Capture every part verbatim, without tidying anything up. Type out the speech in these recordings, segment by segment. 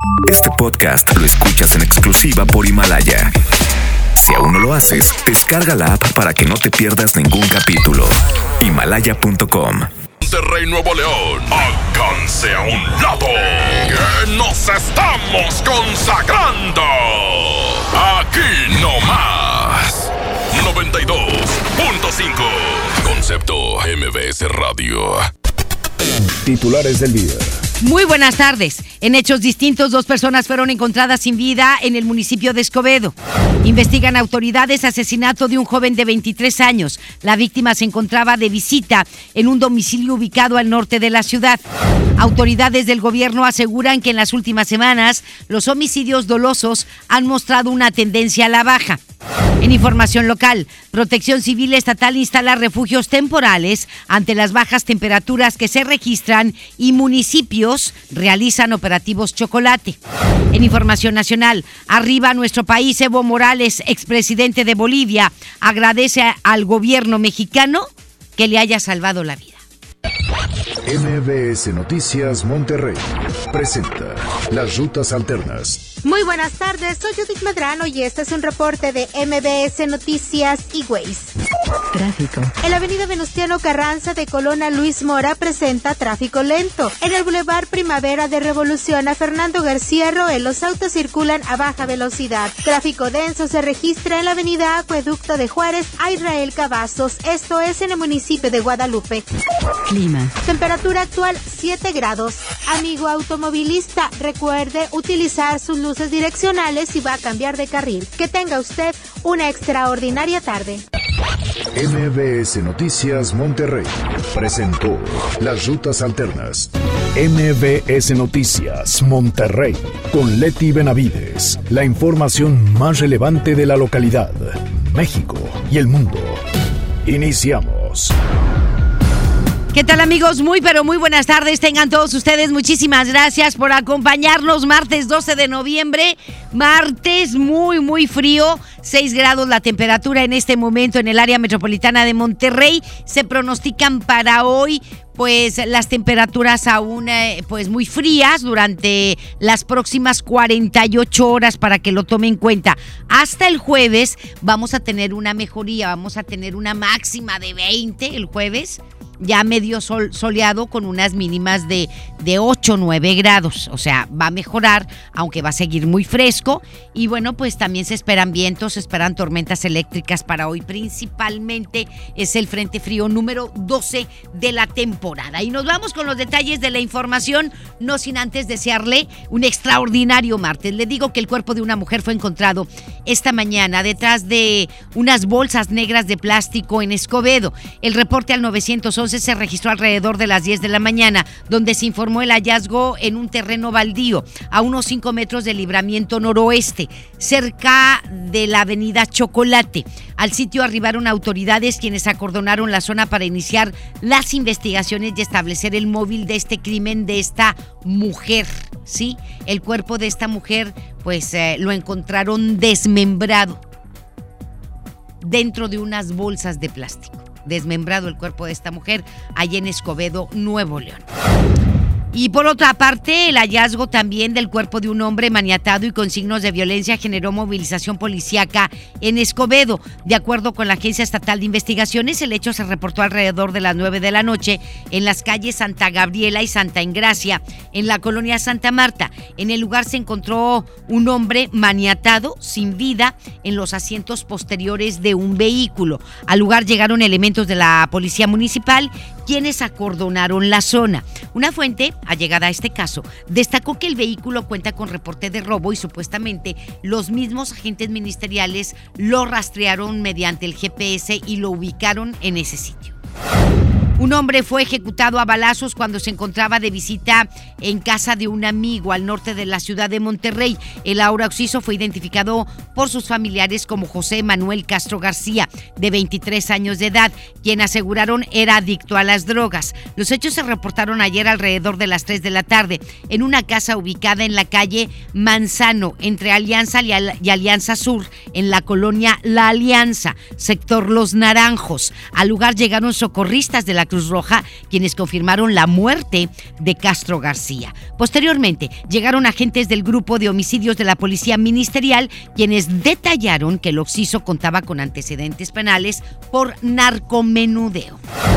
Este podcast lo escuchas en exclusiva por Himalaya. Si aún no lo haces, descarga la app para que no te pierdas ningún capítulo. Himalaya punto com. Monterrey, Nuevo León, háganse a un lado, que nos estamos consagrando. Aquí no más. noventa y dos punto cinco. Concepto M B S Radio. Titulares del día. Muy buenas tardes. En hechos distintos, dos personas fueron encontradas sin vida en el municipio de Escobedo. Investigan autoridades asesinato de un joven de veintitrés años. La víctima se encontraba de visita en un domicilio ubicado al norte de la ciudad. Autoridades del gobierno aseguran que en las últimas semanas los homicidios dolosos han mostrado una tendencia a la baja. En información local, Protección Civil Estatal instala refugios temporales ante las bajas temperaturas que se registran y municipios realizan operativos chocolate. En información nacional, arriba nuestro país, Evo Morales, expresidente de Bolivia, agradece al gobierno mexicano que le haya salvado la vida. M B S Noticias Monterrey presenta Las Rutas Alternas. Muy buenas tardes, soy Judith Medrano y este es un reporte de M B S Noticias y Waze. Tráfico. En la avenida Venustiano Carranza de Colón a Luis Mora presenta tráfico lento. En el Boulevard Primavera de Revolución a Fernando García Roel los autos circulan a baja velocidad. Tráfico denso se registra en la avenida Acueducto de Juárez a Israel Cavazos, esto es en el municipio de Guadalupe. Clima. Temperatura actual siete grados. Amigo automovilista, recuerde utilizar sus luces direccionales si va a cambiar de carril. Que tenga usted una extraordinaria tarde. M B S Noticias Monterrey presentó Las Rutas Alternas. M B S Noticias Monterrey con Leti Benavides. La información más relevante de la localidad, México y el mundo. Iniciamos. ¿Qué tal, amigos? Muy pero muy buenas tardes. Tengan todos ustedes muchísimas gracias por acompañarnos. Martes doce de noviembre, martes muy muy frío, seis grados la temperatura en este momento en el área metropolitana de Monterrey. Se pronostican para hoy pues las temperaturas aún eh, pues muy frías durante las próximas cuarenta y ocho horas para que lo tomen en cuenta. Hasta el jueves vamos a tener una mejoría, vamos a tener una máxima de veinte el jueves. Ya medio sol, soleado con unas mínimas de, de ocho, nueve grados. O sea, va a mejorar, aunque va a seguir muy fresco. Y bueno, pues también se esperan vientos, se esperan tormentas eléctricas para hoy. Principalmente es el Frente Frío número doce de la temporada. Y nos vamos con los detalles de la información, no sin antes desearle un extraordinario martes. Le digo que el cuerpo de una mujer fue encontrado esta mañana detrás de unas bolsas negras de plástico en Escobedo. El reporte al nueve once se registró alrededor de las diez de la mañana, donde se informó el hallazgo en un terreno baldío, a unos cinco metros del libramiento noroeste, cerca de la avenida Chocolate. Al sitio arribaron autoridades quienes acordonaron la zona para iniciar las investigaciones y establecer el móvil de este crimen de esta mujer, ¿sí? El cuerpo de esta mujer, pues eh, lo encontraron desmembrado dentro de unas bolsas de plástico. Desmembrado el cuerpo de esta mujer allá en Escobedo, Nuevo León. Y por otra parte, el hallazgo también del cuerpo de un hombre maniatado y con signos de violencia generó movilización policíaca en Escobedo. De acuerdo con la Agencia Estatal de Investigaciones, el hecho se reportó alrededor de las nueve de la noche en las calles Santa Gabriela y Santa Engracia, en la colonia Santa Marta. En el lugar se encontró un hombre maniatado, sin vida, en los asientos posteriores de un vehículo. Al lugar llegaron elementos de la Policía Municipal, quienes acordonaron la zona. Una fuente allegada a este caso destacó que el vehículo cuenta con reporte de robo y supuestamente los mismos agentes ministeriales lo rastrearon mediante el G P S y lo ubicaron en ese sitio. Un hombre fue ejecutado a balazos cuando se encontraba de visita en casa de un amigo al norte de la ciudad de Monterrey. El ahora occiso fue identificado por sus familiares como José Manuel Castro García, de veintitrés años de edad, quien aseguraron era adicto a las drogas. Los hechos se reportaron ayer alrededor de las tres de la tarde en una casa ubicada en la calle Manzano, entre Alianza y Alianza Sur, en la colonia La Alianza, sector Los Naranjos. Al lugar llegaron socorristas de la Cruz Roja, quienes confirmaron la muerte de Castro García. Posteriormente, llegaron agentes del grupo de homicidios de la Policía Ministerial, quienes detallaron que el occiso contaba con antecedentes penales por narcomenudeo.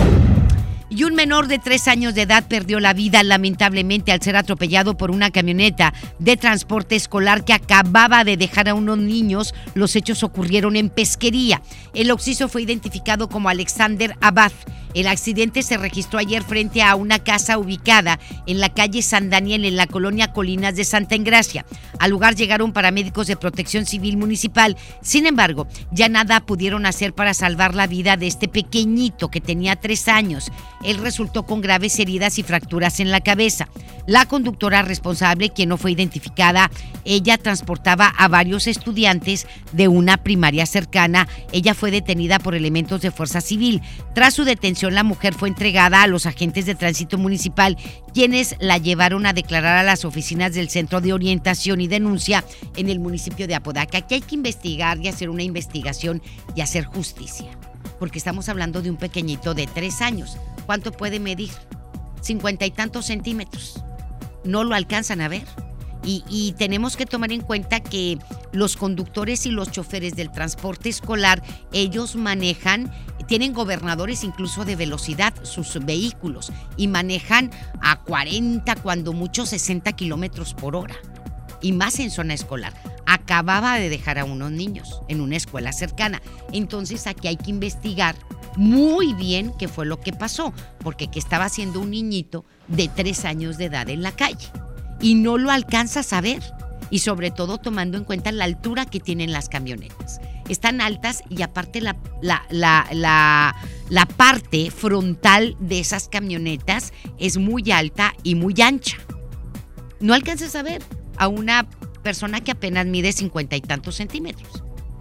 Y un menor de tres años de edad perdió la vida lamentablemente al ser atropellado por una camioneta de transporte escolar que acababa de dejar a unos niños. Los hechos ocurrieron en Pesquería. El occiso fue identificado como Alexander Abad. El accidente se registró ayer frente a una casa ubicada en la calle San Daniel, en la colonia Colinas de Santa Engracia. Al lugar llegaron paramédicos de Protección Civil Municipal. Sin embargo, ya nada pudieron hacer para salvar la vida de este pequeñito que tenía tres años. Él resultó con graves heridas y fracturas en la cabeza. La conductora responsable, quien no fue identificada, ella transportaba a varios estudiantes de una primaria cercana. Ella fue detenida por elementos de Fuerza Civil. Tras su detención, la mujer fue entregada a los agentes de tránsito municipal, quienes la llevaron a declarar a las oficinas del Centro de Orientación y Denuncia en el municipio de Apodaca. Aquí hay que investigar y hacer una investigación y hacer justicia, porque estamos hablando de un pequeñito de tres años. ¿Cuánto puede medir? Cincuenta y tantos centímetros. No lo alcanzan a ver. Y, y tenemos que tomar en cuenta que los conductores y los choferes del transporte escolar, ellos manejan, tienen gobernadores incluso de velocidad sus vehículos y manejan a cuarenta, cuando mucho sesenta kilómetros por hora. Y más en zona escolar. Acababa de dejar a unos niños en una escuela cercana. Entonces aquí hay que investigar muy bien qué fue lo que pasó, porque que estaba haciendo un niñito de tres años de edad en la calle y no lo alcanzas a ver, y sobre todo tomando en cuenta la altura que tienen las camionetas. Están altas y aparte la, la, la, la, la parte frontal de esas camionetas es muy alta y muy ancha. No alcanzas a ver a una persona que apenas mide cincuenta y tantos centímetros,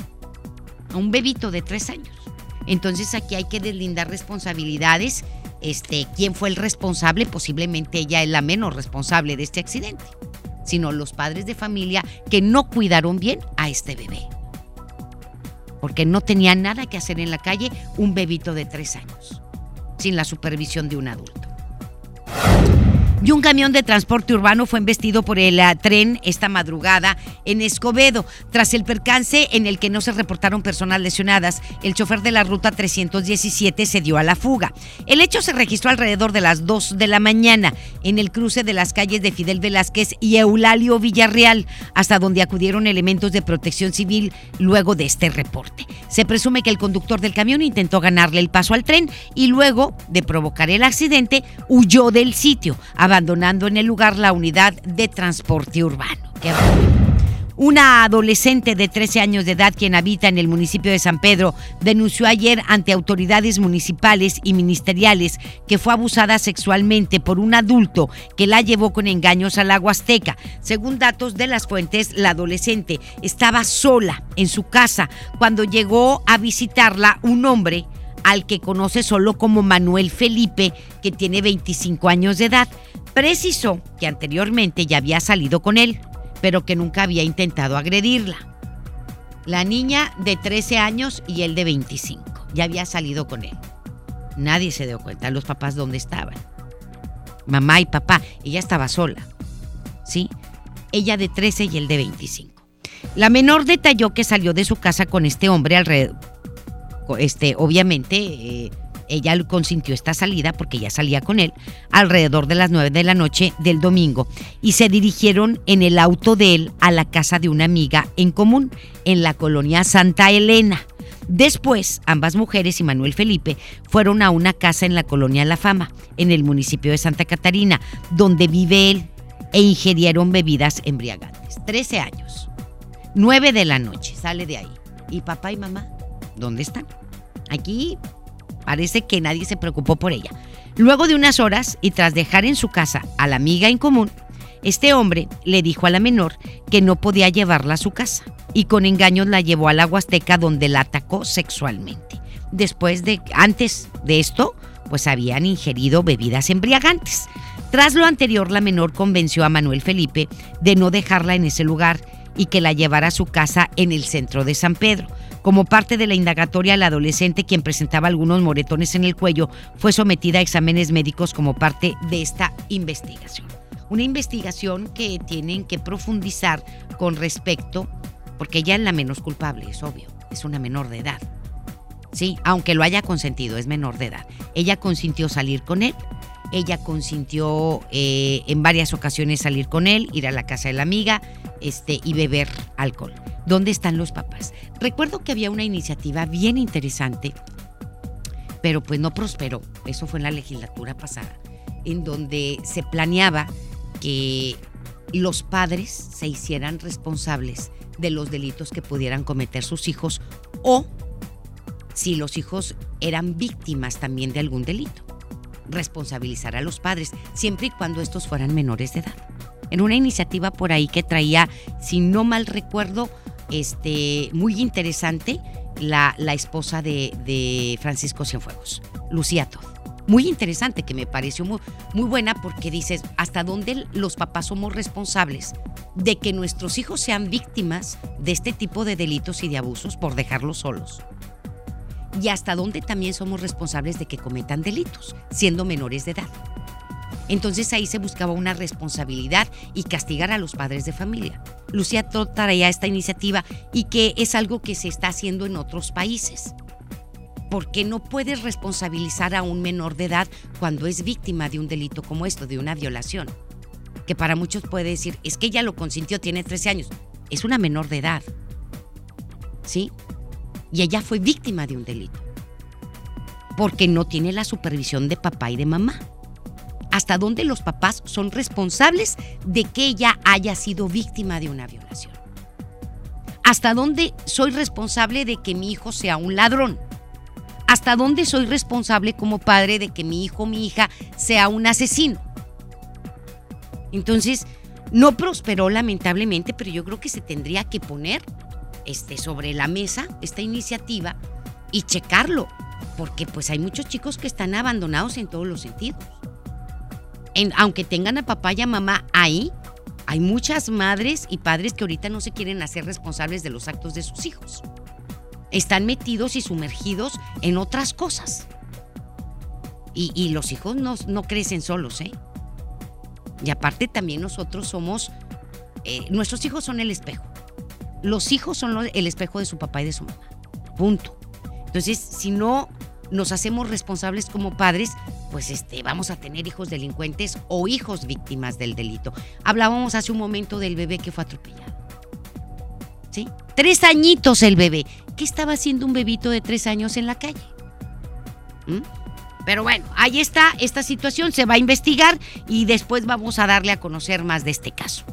a un bebito de tres años. Entonces aquí hay que deslindar responsabilidades. Este, ¿quién fue el responsable? Posiblemente ella es la menos responsable de este accidente, sino los padres de familia que no cuidaron bien a este bebé, porque no tenía nada que hacer en la calle un bebito de tres años, sin la supervisión de un adulto. Y un camión de transporte urbano fue embestido por el uh, tren esta madrugada en Escobedo. Tras el percance en el que no se reportaron personas lesionadas, el chofer de la ruta trescientos diecisiete se dio a la fuga. El hecho se registró alrededor de las dos de la mañana en el cruce de las calles de Fidel Velázquez y Eulalio Villarreal, hasta donde acudieron elementos de Protección Civil luego de este reporte. Se presume que el conductor del camión intentó ganarle el paso al tren y luego de provocar el accidente huyó del sitio, abandonando en el lugar la unidad de transporte urbano. ¡Qué barbaridad! Una adolescente de trece años de edad, quien habita en el municipio de San Pedro, denunció ayer ante autoridades municipales y ministeriales que fue abusada sexualmente por un adulto que la llevó con engaños a la Huasteca. Según datos de las fuentes, la adolescente estaba sola en su casa cuando llegó a visitarla un hombre al que conoce solo como Manuel Felipe, que tiene veinticinco años de edad. Precisó que anteriormente ya había salido con él, pero que nunca había intentado agredirla. La niña de trece años y él de veinticinco. Ya había salido con él. Nadie se dio cuenta, los papás dónde estaban. Mamá y papá, ella estaba sola, ¿sí? Ella de trece y él de veinticinco. La menor detalló que salió de su casa con este hombre alrededor. Este, obviamente, eh, ella consintió esta salida porque ya salía con él alrededor de las nueve de la noche del domingo y se dirigieron en el auto de él a la casa de una amiga en común en la colonia Santa Elena. Después, ambas mujeres y Manuel Felipe fueron a una casa en la colonia La Fama, en el municipio de Santa Catarina, donde vive él, e ingirieron bebidas embriagantes. trece años, nueve de la noche, sale de ahí. ¿Y papá y mamá? ¿Dónde están? Aquí parece que nadie se preocupó por ella. Luego de unas horas y tras dejar en su casa a la amiga en común, este hombre le dijo a la menor que no podía llevarla a su casa y con engaños la llevó a la Huasteca, donde la atacó sexualmente. Después de, antes de esto, pues habían ingerido bebidas embriagantes. Tras lo anterior, la menor convenció a Manuel Felipe de no dejarla en ese lugar y que la llevara a su casa en el centro de San Pedro. Como parte de la indagatoria, la adolescente, quien presentaba algunos moretones en el cuello, fue sometida a exámenes médicos como parte de esta investigación. Una investigación que tienen que profundizar con respecto, porque ella es la menos culpable, es obvio, es una menor de edad. Sí, aunque lo haya consentido, es menor de edad. Ella consintió salir con él, ella consintió eh, en varias ocasiones salir con él, ir a la casa de la amiga este, y beber alcohol. ¿Dónde están los papás? Recuerdo que había una iniciativa bien interesante, pero pues no prosperó. Eso fue en la legislatura pasada, en donde se planeaba que los padres se hicieran responsables de los delitos que pudieran cometer sus hijos, o si los hijos eran víctimas también de algún delito, responsabilizar a los padres, siempre y cuando estos fueran menores de edad. En una iniciativa por ahí que traía, si no mal recuerdo, este, muy interesante, la, la esposa de, de Francisco Cienfuegos, Lucía Todd. Muy interesante, que me pareció muy, muy buena, porque dices, ¿hasta dónde los papás somos responsables de que nuestros hijos sean víctimas de este tipo de delitos y de abusos por dejarlos solos? Y hasta dónde también somos responsables de que cometan delitos, siendo menores de edad. Entonces ahí se buscaba una responsabilidad y castigar a los padres de familia. Lucía Todd traía esta iniciativa, y que es algo que se está haciendo en otros países. Porque no puedes responsabilizar a un menor de edad cuando es víctima de un delito como esto, de una violación. Que para muchos puede decir, es que ella lo consintió, tiene trece años. Es una menor de edad. ¿Sí? Y ella fue víctima de un delito. Porque no tiene la supervisión de papá y de mamá. ¿Hasta dónde los papás son responsables de que ella haya sido víctima de una violación? ¿Hasta dónde soy responsable de que mi hijo sea un ladrón? ¿Hasta dónde soy responsable como padre de que mi hijo o mi hija sea un asesino? Entonces, no prosperó lamentablemente, pero yo creo que se tendría que poner este, sobre la mesa esta iniciativa y checarlo, porque pues hay muchos chicos que están abandonados en todos los sentidos. En, aunque tengan a papá y a mamá ahí, hay muchas madres y padres que ahorita no se quieren hacer responsables de los actos de sus hijos. Están metidos y sumergidos en otras cosas. Y, y los hijos no, no crecen solos, ¿eh? Y aparte también nosotros somos, eh, nuestros hijos son el espejo. Los hijos son los, el espejo de su papá y de su mamá. Punto. Entonces, si no nos hacemos responsables como padres, pues este, vamos a tener hijos delincuentes o hijos víctimas del delito. Hablábamos hace un momento del bebé que fue atropellado. ¿Sí? Tres añitos el bebé. ¿Qué estaba haciendo un bebito de tres años en la calle? ¿Mm? Pero bueno, ahí está esta situación, se va a investigar y después vamos a darle a conocer más de este caso.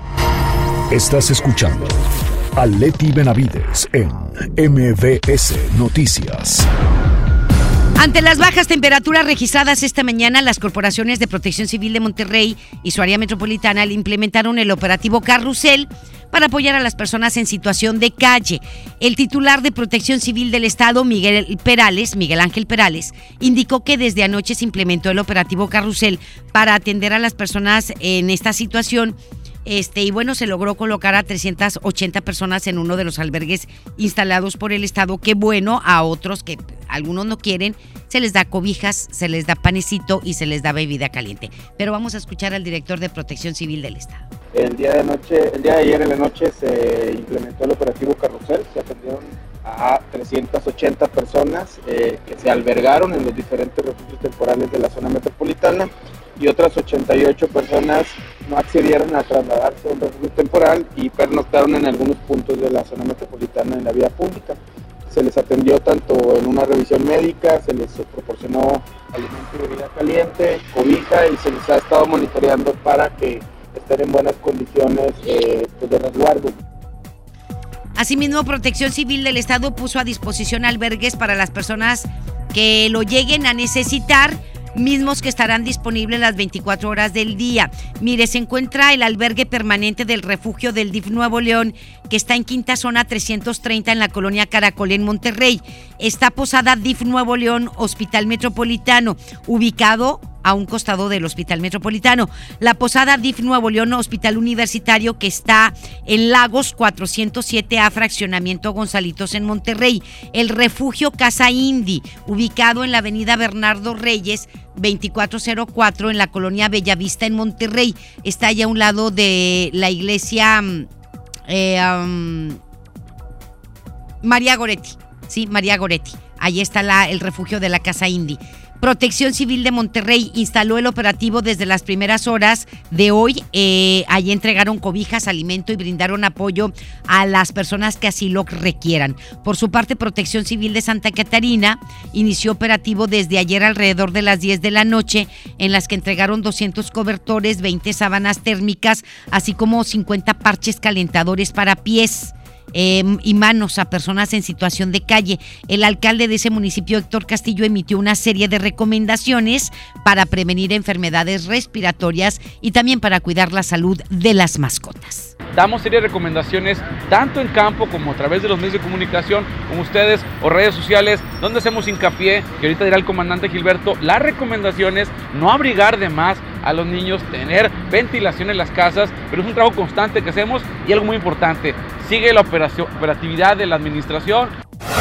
Estás escuchando a Leti Benavides en M V S Noticias. Ante las bajas temperaturas registradas esta mañana, las corporaciones de Protección Civil de Monterrey y su área metropolitana implementaron el operativo Carrusel para apoyar a las personas en situación de calle. El titular de Protección Civil del Estado, Miguel Perales, Miguel Ángel Perales, indicó que desde anoche se implementó el operativo Carrusel para atender a las personas en esta situación. Este, y bueno, se logró colocar a trescientas ochenta personas en uno de los albergues instalados por el Estado. Qué bueno, a otros que algunos no quieren, se les da cobijas, se les da panecito y se les da bebida caliente. Pero vamos a escuchar al director de Protección Civil del Estado. El día de noche, el día de ayer en la noche se implementó el operativo Carrusel, se atendieron a trescientas ochenta personas eh, que se albergaron en los diferentes refugios temporales de la zona metropolitana, y otras ochenta y ocho personas no accedieron a trasladarse a un refugio temporal y pernoctaron en algunos puntos de la zona metropolitana en la vía pública. Se les atendió tanto en una revisión médica, se les proporcionó alimento y bebida caliente, cobija, y se les ha estado monitoreando para que estén en buenas condiciones eh, pues de resguardo. Asimismo, Protección Civil del Estado puso a disposición albergues para las personas que lo lleguen a necesitar, mismos que estarán disponibles las veinticuatro horas del día. Mire, se encuentra el albergue permanente del refugio del D I F Nuevo León, que está en Quinta Zona trescientos treinta en la colonia Caracol en Monterrey. Está Posada D I F Nuevo León, Hospital Metropolitano, ubicado a un costado del Hospital Metropolitano. La posada D I F Nuevo León Hospital Universitario, que está en Lagos cuatrocientos siete A, fraccionamiento Gonzalitos en Monterrey. El refugio Casa Indy, ubicado en la avenida Bernardo Reyes, veinticuatro cero cuatro, en la colonia Bellavista en Monterrey. Está allá a un lado de la iglesia eh, um, María Goretti. Sí, María Goretti. Ahí está la, el refugio de la Casa Indy. Protección Civil de Monterrey instaló el operativo desde las primeras horas de hoy. Eh, allí entregaron cobijas, alimento y brindaron apoyo a las personas que así lo requieran. Por su parte, Protección Civil de Santa Catarina inició operativo desde ayer alrededor de las diez de la noche, en las que entregaron doscientos cobertores, veinte sábanas térmicas, así como cincuenta parches calentadores para pies Eh, y manos a personas en situación de calle. El alcalde de ese municipio, Héctor Castillo, emitió una serie de recomendaciones para prevenir enfermedades respiratorias y también para cuidar la salud de las mascotas. Damos serie de recomendaciones tanto en campo como a través de los medios de comunicación, como ustedes o redes sociales, donde hacemos hincapié, que ahorita dirá el comandante Gilberto, las recomendaciones: no abrigar de más a los niños, tener ventilación en las casas, pero es un trabajo constante que hacemos. Y algo muy importante, sigue la operación, operatividad de la administración.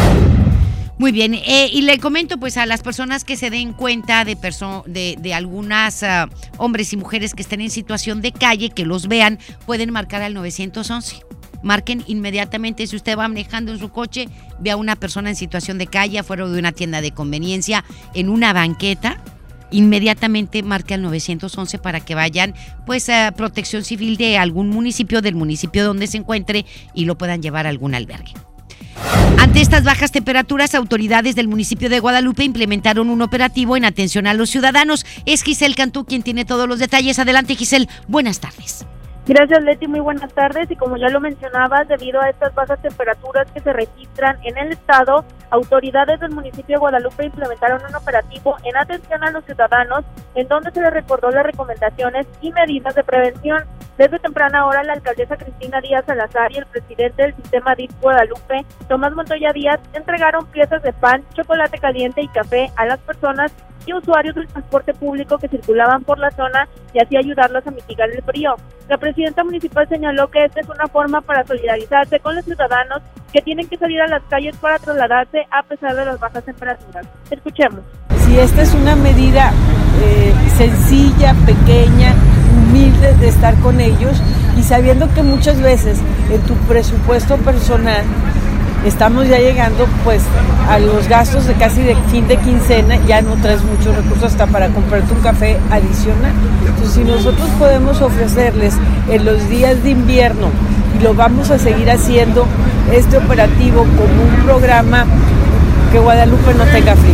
Muy bien, eh, y le comento pues a las personas que se den cuenta de perso- de, de algunas uh, hombres y mujeres que estén en situación de calle, que los vean, pueden marcar al nueve once. Marquen inmediatamente. Si usted va manejando en su coche, ve a una persona en situación de calle afuera de una tienda de conveniencia, en una banqueta, inmediatamente marque al nueve once para que vayan pues a Protección Civil de algún municipio, del municipio donde se encuentre, y lo puedan llevar a algún albergue. Ante estas bajas temperaturas, autoridades del municipio de Guadalupe implementaron un operativo en atención a los ciudadanos. Es Giselle Cantú quien tiene todos los detalles. Adelante, Giselle, buenas tardes. Gracias, Leti, muy buenas tardes. Y como ya lo mencionabas, debido a estas bajas temperaturas que se registran en el estado, autoridades del municipio de Guadalupe implementaron un operativo en atención a los ciudadanos, en donde se les recordó las recomendaciones y medidas de prevención. Desde temprana hora, la alcaldesa Cristina Díaz Salazar y el presidente del sistema D I F Guadalupe, Tomás Montoya Díaz, entregaron piezas de pan, chocolate caliente y café a las personas y usuarios del transporte público que circulaban por la zona, y así ayudarlos a mitigar el frío. La presidenta municipal señaló que esta es una forma para solidarizarse con los ciudadanos que tienen que salir a las calles para trasladarse a pesar de las bajas temperaturas. Escuchemos. Si esta es una medida eh, sencilla, pequeña, humilde de estar con ellos, y sabiendo que muchas veces en tu presupuesto personal estamos ya llegando pues a los gastos de casi de fin de quincena, ya no traes muchos recursos hasta para comprarte un café adicional. Entonces, si nosotros podemos ofrecerles en los días de invierno, y lo vamos a seguir haciendo, este operativo como un programa, que Guadalupe no tenga frío.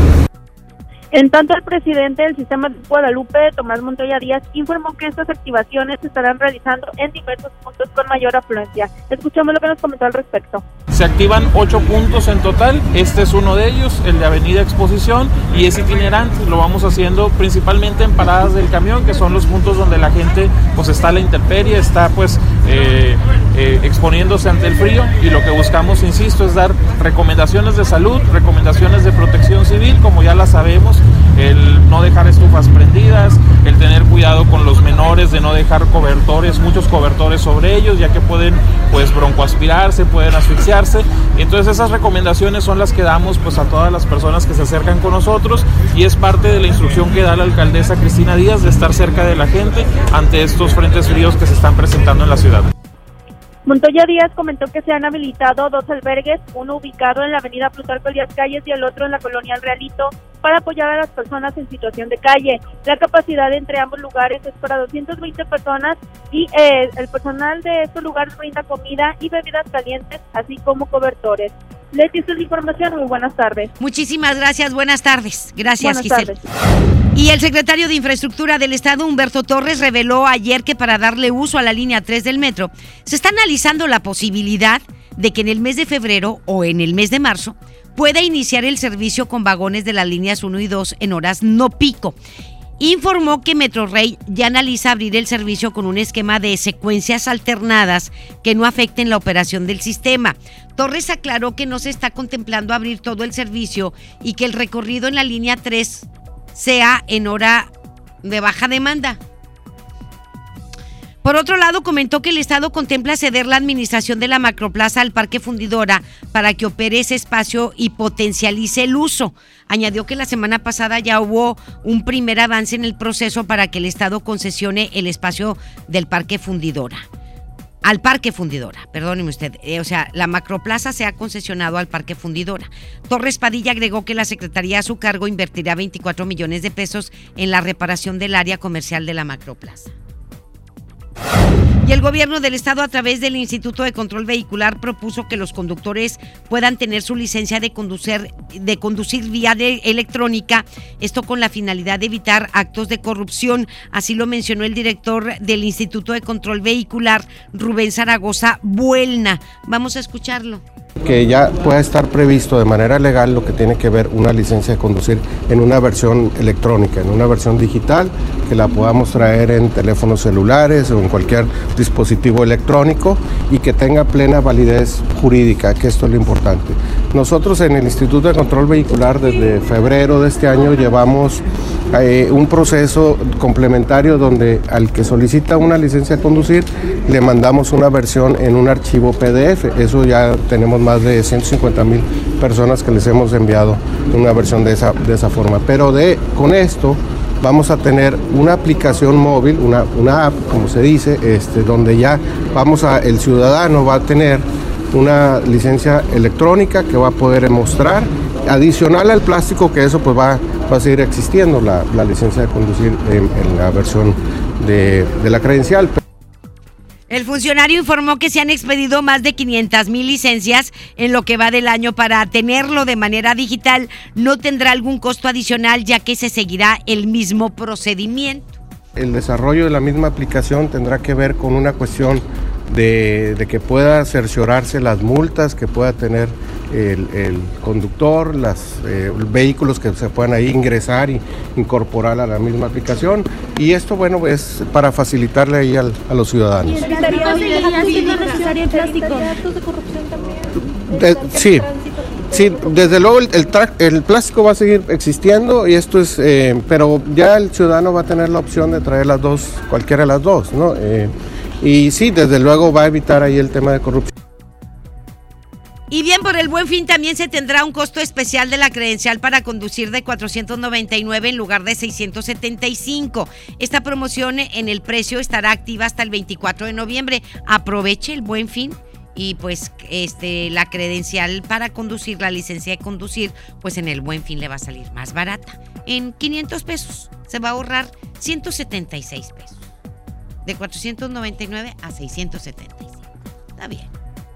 En tanto, el presidente del sistema de Guadalupe, Tomás Montoya Díaz, informó que estas activaciones se estarán realizando en diversos puntos con mayor afluencia. Escuchemos lo que nos comentó al respecto. Se activan ocho puntos en total, este es uno de ellos, el de Avenida Exposición, y es itinerante. Lo vamos haciendo principalmente en paradas del camión, que son los puntos donde la gente pues está a la intemperie, está pues eh, eh, exponiéndose ante el frío, y lo que buscamos, insisto, es dar recomendaciones de salud, recomendaciones de protección civil, como ya las sabemos, el no dejar estufas prendidas, el tener cuidado con los menores, de no dejar cobertores, muchos cobertores sobre ellos, ya que pueden pues broncoaspirarse, pueden asfixiarse. Entonces esas recomendaciones son las que damos pues a todas las personas que se acercan con nosotros, y es parte de la instrucción que da la alcaldesa Cristina Díaz de estar cerca de la gente ante estos frentes fríos que se están presentando en la ciudad. Montoya Díaz comentó que se han habilitado dos albergues, uno ubicado en la avenida Plutarco Elías Calles y el otro en la colonia El Realito, para apoyar a las personas en situación de calle. La capacidad entre ambos lugares es para doscientas veinte personas, y eh, el personal de estos lugares brinda comida y bebidas calientes, así como cobertores. Leti, esta es la información. Muy buenas tardes. Muchísimas gracias. Buenas tardes. Gracias, Buenas Giselle. tardes. Y el secretario de Infraestructura del Estado, Humberto Torres, reveló ayer que para darle uso a la línea tres del metro, se está analizando la posibilidad de que en el mes de febrero o en el mes de marzo pueda iniciar el servicio con vagones de las líneas uno y dos en horas no pico. Informó que Metrorrey ya analiza abrir el servicio con un esquema de secuencias alternadas que no afecten la operación del sistema. Torres aclaró que no se está contemplando abrir todo el servicio y que el recorrido en la línea tres sea en hora de baja demanda. Por otro lado, comentó que el Estado contempla ceder la administración de la Macroplaza al Parque Fundidora para que opere ese espacio y potencialice el uso. Añadió que la semana pasada ya hubo un primer avance en el proceso para que el Estado concesione el espacio del Parque Fundidora. Al Parque Fundidora, perdóneme usted, eh, o sea, la Macroplaza se ha concesionado al Parque Fundidora. Torres Padilla agregó que la Secretaría a su cargo invertirá veinticuatro millones de pesos en la reparación del área comercial de la Macroplaza. Y el gobierno del estado, a través del Instituto de Control Vehicular, propuso que los conductores puedan tener su licencia de conducir, de conducir vía de electrónica, esto con la finalidad de evitar actos de corrupción. Así lo mencionó el director del Instituto de Control Vehicular, Rubén Zaragoza Buelna. Vamos a escucharlo. Que ya pueda estar previsto de manera legal lo que tiene que ver una licencia de conducir en una versión electrónica, en una versión digital, que la podamos traer en teléfonos celulares o en cualquier dispositivo electrónico y que tenga plena validez jurídica, que esto es lo importante. Nosotros en el Instituto de Control Vehicular desde febrero de este año llevamos eh, un proceso complementario donde al que solicita una licencia de conducir le mandamos una versión en un archivo P D F. Eso ya tenemos más de ciento cincuenta mil personas que les hemos enviado una versión de esa, de esa forma. Pero de, con esto vamos a tener una aplicación móvil, una, una app, como se dice, este, donde ya vamos a, el ciudadano va a tener una licencia electrónica que va a poder mostrar, adicional al plástico, que eso pues va, va a seguir existiendo, la, la licencia de conducir en, en la versión de, de la credencial. El funcionario informó que se han expedido más de quinientas mil licencias en lo que va del año. Para tenerlo de manera digital no tendrá algún costo adicional, ya que se seguirá el mismo procedimiento. El desarrollo de la misma aplicación tendrá que ver con una cuestión de, de que pueda cerciorarse las multas que pueda tener el, el conductor, los eh, vehículos que se puedan ahí ingresar y incorporar a la misma aplicación, y esto, bueno, es para facilitarle ahí al, a los ciudadanos. De, sí, sí, desde luego el, el, tra- el plástico va a seguir existiendo y esto es, eh, pero ya el ciudadano va a tener la opción de traer las dos, cualquiera de las dos, ¿no? Eh, y sí, desde luego va a evitar ahí el tema de corrupción. Y bien, por el Buen Fin también se tendrá un costo especial de la credencial para conducir de cuatrocientos noventa y nueve en lugar de seiscientos setenta y cinco. Esta promoción en el precio estará activa hasta el veinticuatro de noviembre. Aproveche el Buen Fin y pues este la credencial para conducir, la licencia de conducir, pues en el Buen Fin le va a salir más barata. En quinientos pesos se va a ahorrar ciento setenta y seis pesos. De cuatrocientos noventa y nueve a seiscientos setenta y cinco. Está bien.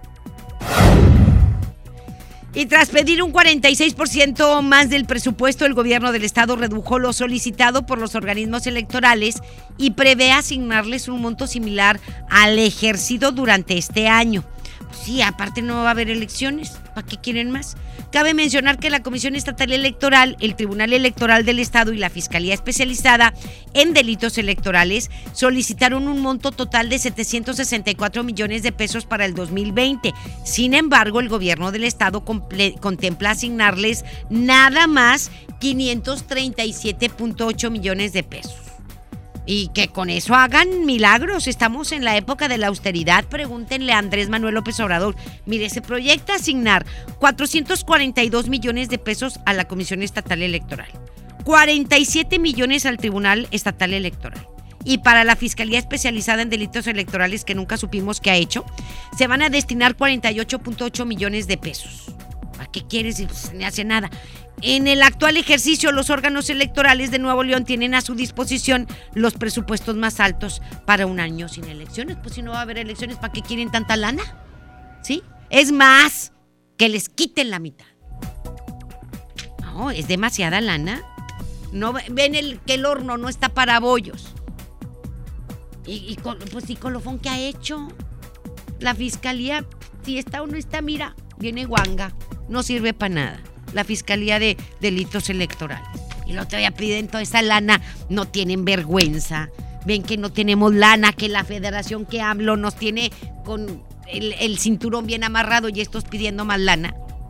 Y tras pedir un cuarenta y seis por ciento más del presupuesto, el gobierno del estado redujo lo solicitado por los organismos electorales y prevé asignarles un monto similar al ejercido durante este año. Sí, aparte no va a haber elecciones, ¿para qué quieren más? Cabe mencionar que la Comisión Estatal Electoral, el Tribunal Electoral del Estado y la Fiscalía Especializada en Delitos Electorales solicitaron un monto total de setecientos sesenta y cuatro millones de pesos para el dos mil veinte. Sin embargo, el gobierno del Estado comple- contempla asignarles nada más quinientos treinta y siete punto ocho millones de pesos. Y que con eso hagan milagros. Estamos en la época de la austeridad. Pregúntenle a Andrés Manuel López Obrador. Mire, se proyecta asignar cuatrocientos cuarenta y dos millones de pesos a la Comisión Estatal Electoral, cuarenta y siete millones al Tribunal Estatal Electoral. Y para la Fiscalía Especializada en Delitos Electorales, que nunca supimos qué ha hecho, se van a destinar cuarenta y ocho punto ocho millones de pesos. ¿Para qué quieres si pues, no hace nada? En el actual ejercicio, los órganos electorales de Nuevo León tienen a su disposición los presupuestos más altos para un año sin elecciones. Pues si no va a haber elecciones, ¿para qué quieren tanta lana? ¿Sí? Es más, que les quiten la mitad. No, es demasiada lana. No, ven el, que el horno no está para bollos. Y, y pues y Colofón, ¿qué ha hecho? La fiscalía, si está o no está, mira, viene guanga. No sirve para nada. La Fiscalía de Delitos Electorales. Y lo todavía piden toda esa lana. No tienen vergüenza. Ven que no tenemos lana, que la federación que hablo nos tiene con el, el cinturón bien amarrado y estos pidiendo más lana.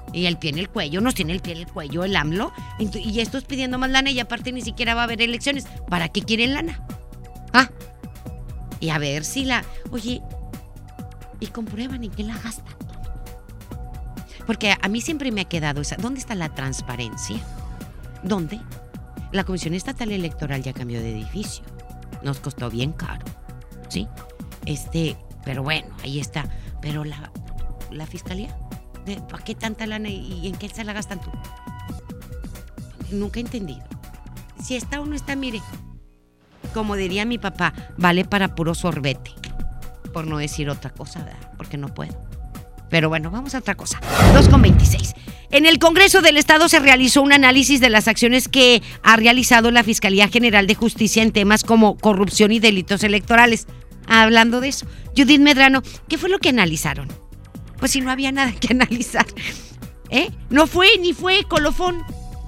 Y el pie en el cuello, nos tiene el pie en el cuello el AMLO. Y estos pidiendo más lana y aparte ni siquiera va a haber elecciones. ¿Para qué quieren lana? Ah, y a ver si la... Oye, y comprueban en qué la gastan. Porque a mí siempre me ha quedado esa... ¿Dónde está la transparencia? ¿Dónde? La Comisión Estatal Electoral ya cambió de edificio. Nos costó bien caro, ¿sí? Este, pero bueno, ahí está. Pero la, la Fiscalía, ¿para qué tanta lana y, y en qué se la gastan tú? Nunca he entendido. Si está o no está, mire, como diría mi papá, vale para puro sorbete. Por no decir otra cosa, ¿verdad? Porque no puedo. Pero bueno, vamos a otra cosa. dos con veintiséis. En el Congreso del Estado se realizó un análisis de las acciones que ha realizado la Fiscalía General de Justicia en temas como corrupción y delitos electorales. Hablando de eso, Judith Medrano, ¿qué fue lo que analizaron? Pues si no había nada que analizar. ¿Eh? No fue ni fue colofón.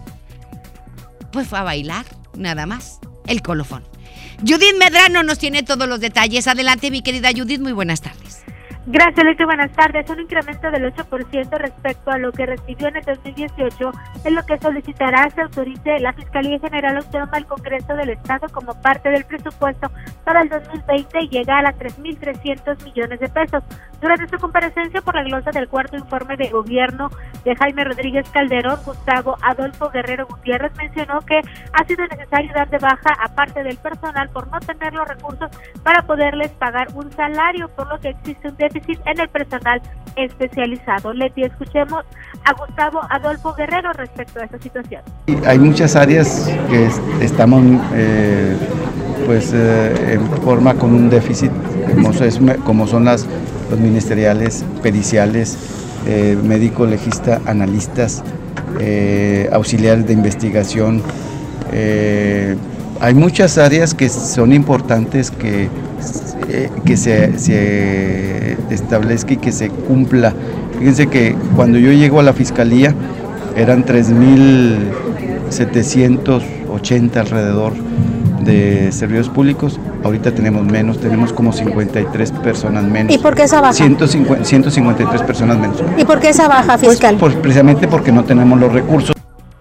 Pues fue a bailar, nada más. El colofón. Judith Medrano nos tiene todos los detalles. Adelante, mi querida Judith, muy buenas tardes. Gracias, Leti. Buenas tardes. Un incremento del ocho por ciento respecto a lo que recibió en el dos mil dieciocho es lo que solicitará se autorice la Fiscalía General Autónoma al Congreso del Estado como parte del presupuesto para el dos mil veinte y llega a tres mil trescientos millones de pesos. Durante su comparecencia por la glosa del cuarto informe de gobierno de Jaime Rodríguez Calderón, Gustavo Adolfo Guerrero Gutiérrez mencionó que ha sido necesario dar de baja a parte del personal por no tener los recursos para poderles pagar un salario, por lo que existe un déficit en el personal especializado. Leti, escuchemos a Gustavo Adolfo Guerrero respecto a esta situación. Hay muchas áreas que estamos eh, pues eh, en forma con un déficit, como, es, como son las, los ministeriales, periciales, eh, médico, legista, analistas, eh, auxiliares de investigación. Eh, hay muchas áreas que son importantes que que se, se establezca y que se cumpla. Fíjense que cuando yo llego a la Fiscalía eran tres mil setecientos ochenta alrededor de servidores públicos, ahorita tenemos menos, tenemos como cincuenta y tres personas menos. ¿Y por qué esa baja? ciento cincuenta y tres personas menos. ¿Y por qué esa baja, fiscal? Pues, pues precisamente porque no tenemos los recursos.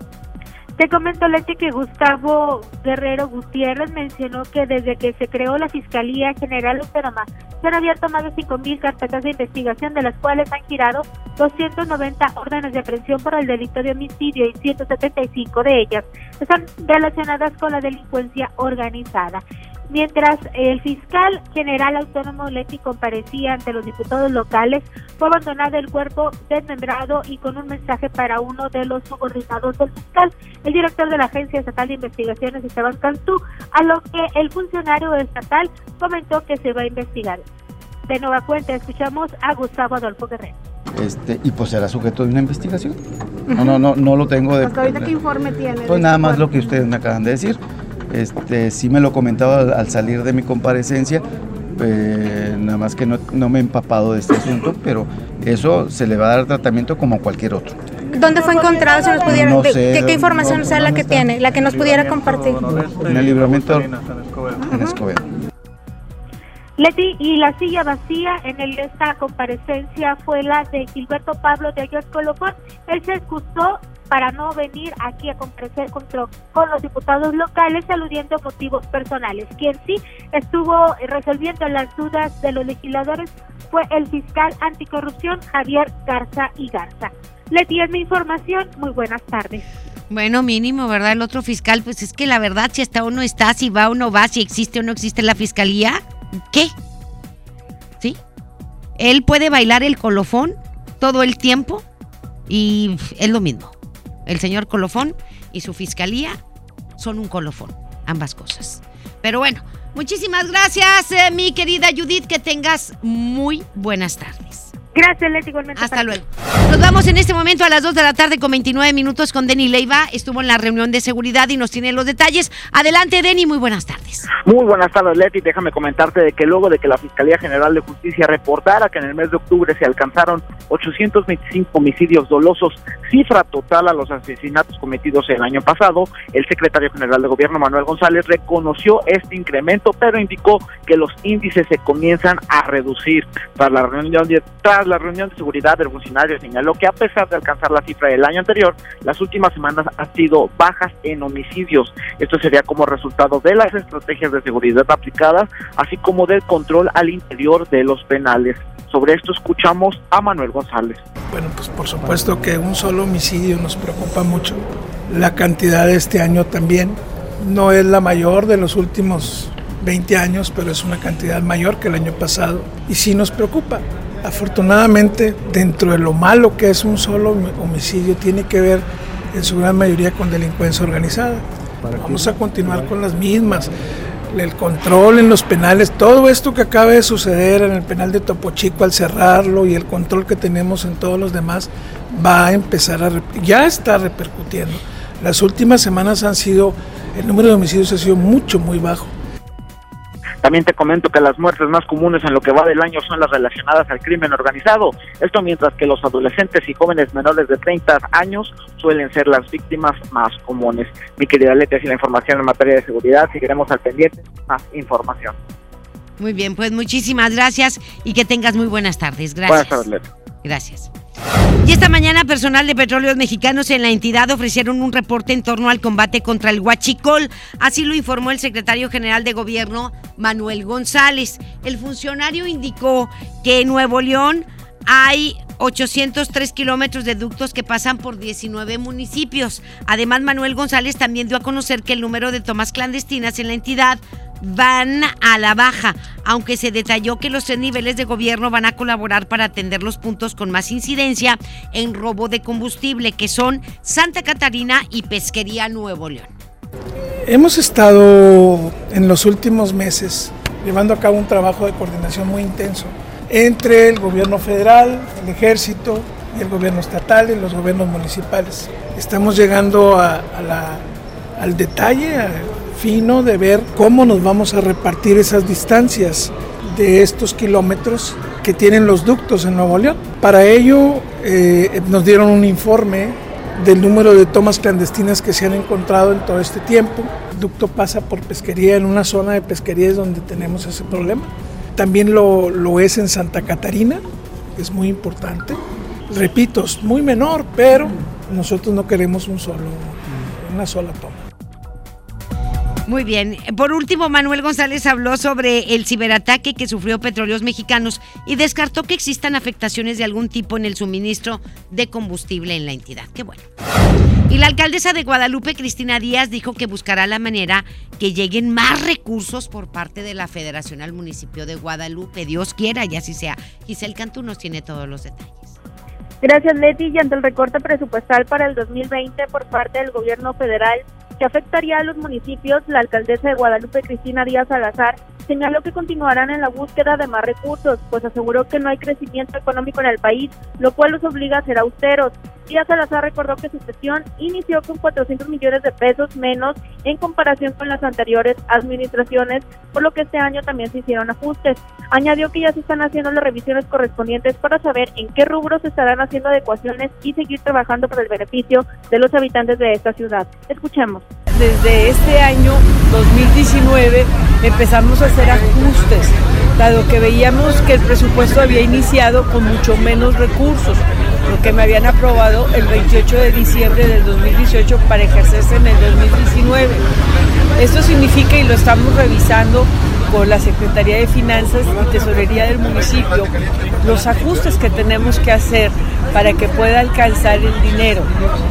Te comento, Leti, que Gustavo Guerrero Gutiérrez mencionó que desde que se creó la Fiscalía General Autónoma se han abierto más de cinco mil carpetas de investigación, de las cuales han girado doscientas noventa órdenes de aprehensión por el delito de homicidio y ciento setenta y cinco de ellas están relacionadas con la delincuencia organizada. Mientras el fiscal general autónomo Leti comparecía ante los diputados locales, fue abandonado el cuerpo desmembrado y con un mensaje para uno de los subordinados del fiscal, el director de la Agencia Estatal de Investigaciones, Esteban Cantú, a lo que el funcionario estatal comentó que se va a investigar. De nueva cuenta, escuchamos a Gustavo Adolfo Guerrero. Este, y pues será sujeto de una investigación. No, no, no, no lo tengo de... ¿Hasta ahorita qué informe tiene? Pues nada más lo que ustedes me acaban de decir. Este, sí me lo comentaba al, al salir de mi comparecencia, eh, nada más que no, no me he empapado de este asunto, pero eso se le va a dar tratamiento como cualquier otro. ¿Dónde fue encontrado? Si nos pudiera, no sé, ¿qué, ¿Qué información no, sea la que está? Tiene, la que nos pudiera compartir? En el libramiento en Escobedo. Leti, y la silla vacía en el, esta comparecencia fue la de Gilberto Pablo de Ayos Colofón. Él se excusó para no venir aquí a comparecer con, con los diputados locales, aludiendo a motivos personales. Quien sí estuvo resolviendo las dudas de los legisladores fue el fiscal anticorrupción Javier Garza y Garza. Leti, es mi información. Muy buenas tardes. Bueno, mínimo, ¿verdad? El otro fiscal, pues es que la verdad, si está o no está, si va o no va, si existe o no existe la fiscalía, ¿qué? ¿Sí? Él puede bailar el colofón todo el tiempo y es lo mismo. El señor colofón y su fiscalía son un colofón, ambas cosas. Pero bueno, muchísimas gracias, eh, mi querida Judith, que tengas muy buenas tardes. Gracias, Leti, igualmente. Hasta luego. Nos vamos en este momento a las dos de la tarde con veintinueve minutos con Denny Leiva. Estuvo en la reunión de seguridad y nos tiene los detalles. Adelante, Denny, muy buenas tardes. Muy buenas tardes, Leti. Déjame comentarte de que luego de que la Fiscalía General de Justicia reportara que en el mes de octubre se alcanzaron ochocientos veinticinco homicidios dolosos, cifra total a los asesinatos cometidos el año pasado. El secretario general de Gobierno, Manuel González, reconoció este incremento, pero indicó que los índices se comienzan a reducir. Tras la reunión de, tras la reunión de seguridad del funcionario, señaló que a pesar de alcanzar la cifra del año anterior, las últimas semanas han sido bajas en homicidios. Esto sería como resultado de las estrategias de seguridad aplicadas, así como del control al interior de los penales. Sobre esto escuchamos a Manuel González. Bueno, pues por supuesto que un solo homicidio nos preocupa mucho. La cantidad de este año también no es la mayor de los últimos veinte años, pero es una cantidad mayor que el año pasado y sí nos preocupa. Afortunadamente, dentro de lo malo que es un solo homicidio, tiene que ver en su gran mayoría con delincuencia organizada. Vamos a continuar con las mismas. El control en los penales, todo esto que acaba de suceder en el penal de Topo Chico al cerrarlo y el control que tenemos en todos los demás va a empezar a, ya está repercutiendo. Las últimas semanas han sido, el número de homicidios ha sido mucho, muy bajo. También te comento que las muertes más comunes en lo que va del año son las relacionadas al crimen organizado. Esto mientras que los adolescentes y jóvenes menores de treinta años suelen ser las víctimas más comunes. Mi querida Leti, así la información en materia de seguridad. Seguiremos al pendiente. Más información. Muy bien, pues muchísimas gracias y que tengas muy buenas tardes. Gracias. Buenas tardes, Leti. Gracias. Y esta mañana, personal de Petróleos Mexicanos en la entidad ofrecieron un reporte en torno al combate contra el huachicol. Así lo informó el secretario general de Gobierno, Manuel González. El funcionario indicó que en Nuevo León hay ochocientos tres kilómetros de ductos que pasan por diecinueve municipios. Además, Manuel González también dio a conocer que el número de tomas clandestinas en la entidad van a la baja, aunque se detalló que los tres niveles de gobierno van a colaborar para atender los puntos con más incidencia en robo de combustible, que son Santa Catarina y Pesquería Nuevo León. Hemos estado en los últimos meses llevando a cabo un trabajo de coordinación muy intenso entre el gobierno federal, el ejército y el gobierno estatal y los gobiernos municipales. Estamos llegando a, a la, al detalle, a, fino de ver cómo nos vamos a repartir esas distancias de estos kilómetros que tienen los ductos en Nuevo León. Para ello eh, nos dieron un informe del número de tomas clandestinas que se han encontrado en todo este tiempo. El ducto pasa por pesquería, en una zona de pesquería es donde tenemos ese problema. También lo, lo es en Santa Catarina, es muy importante. Repito, es muy menor, pero nosotros no queremos un solo, una sola toma. Muy bien. Por último, Manuel González habló sobre el ciberataque que sufrió Petróleos Mexicanos y descartó que existan afectaciones de algún tipo en el suministro de combustible en la entidad. Qué bueno. Y la alcaldesa de Guadalupe, Cristina Díaz, dijo que buscará la manera que lleguen más recursos por parte de la Federación al municipio de Guadalupe. Dios quiera y así sea. Giselle Cantú nos tiene todos los detalles. Gracias, Leti. Y ante el recorte presupuestal para el dos mil veinte por parte del gobierno federal, que afectaría a los municipios, la alcaldesa de Guadalupe, Cristina Díaz Salazar, señaló que continuarán en la búsqueda de más recursos, pues aseguró que no hay crecimiento económico en el país, lo cual los obliga a ser austeros. Díaz Salazar recordó que su gestión inició con cuatrocientos millones de pesos menos en comparación con las anteriores administraciones, por lo que este año también se hicieron ajustes. Añadió que ya se están haciendo las revisiones correspondientes para saber en qué rubros se estarán haciendo adecuaciones y seguir trabajando por el beneficio de los habitantes de esta ciudad. Escuchemos. Desde este año dos mil diecinueve empezamos a hacer ajustes, dado que veíamos que el presupuesto había iniciado con mucho menos recursos, lo que me habían aprobado el veintiocho de diciembre del dos mil dieciocho para ejercerse en el dos mil diecinueve. Esto significa, y lo estamos revisando con la Secretaría de Finanzas y Tesorería del municipio, los ajustes que tenemos que hacer para que pueda alcanzar el dinero.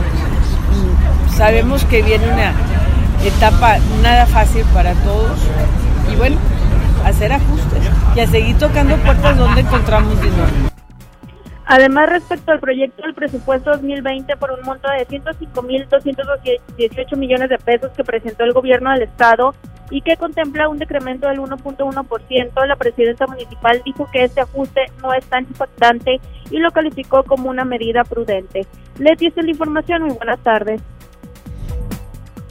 Sabemos que viene una etapa nada fácil para todos y bueno, hacer ajustes y a seguir tocando puertas donde encontramos dinero. Además, respecto al proyecto del presupuesto dos mil veinte por un monto de ciento cinco mil doscientos dieciocho millones de pesos que presentó el gobierno del estado y que contempla un decremento del uno punto uno por ciento, la presidenta municipal dijo que este ajuste no es tan impactante y lo calificó como una medida prudente. Leti, esta es la información. Muy buenas tardes.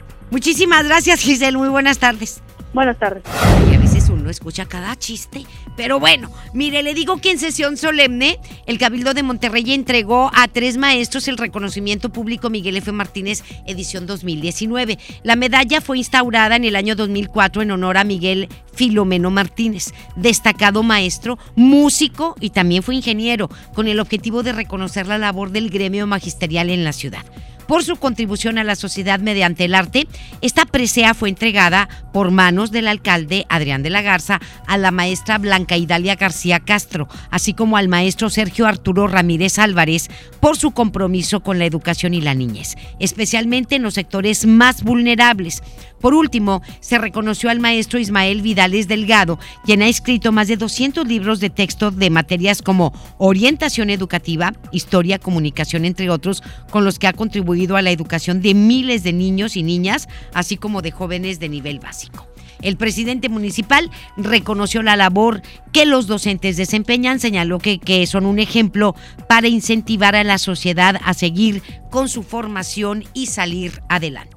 Muchísimas gracias, Giselle. Muy buenas tardes. Buenas tardes. Y a veces uno escucha cada chiste, Pero bueno, mire, le digo que en sesión solemne, el Cabildo de Monterrey entregó a tres maestros el reconocimiento público Miguel F. Martínez, edición dos mil diecinueve. La medalla fue instaurada en el año dos mil cuatro en honor a Miguel Filomeno Martínez, destacado maestro, músico y también fue ingeniero, con el objetivo de reconocer la labor del gremio magisterial en la ciudad. Por su contribución a la sociedad mediante el arte, esta presea fue entregada por manos del alcalde Adrián de la Garza a la maestra Blanca Idalia García Castro, así como al maestro Sergio Arturo Ramírez Álvarez por su compromiso con la educación y la niñez, especialmente en los sectores más vulnerables. Por último, se reconoció al maestro Ismael Vidales Delgado, quien ha escrito más de doscientos libros de texto de materias como orientación educativa, historia, comunicación, entre otros, con los que ha contribuido a la educación de miles de niños y niñas, así como de jóvenes de nivel básico. El presidente municipal reconoció la labor que los docentes desempeñan, señaló que, que son un ejemplo para incentivar a la sociedad a seguir con su formación y salir adelante.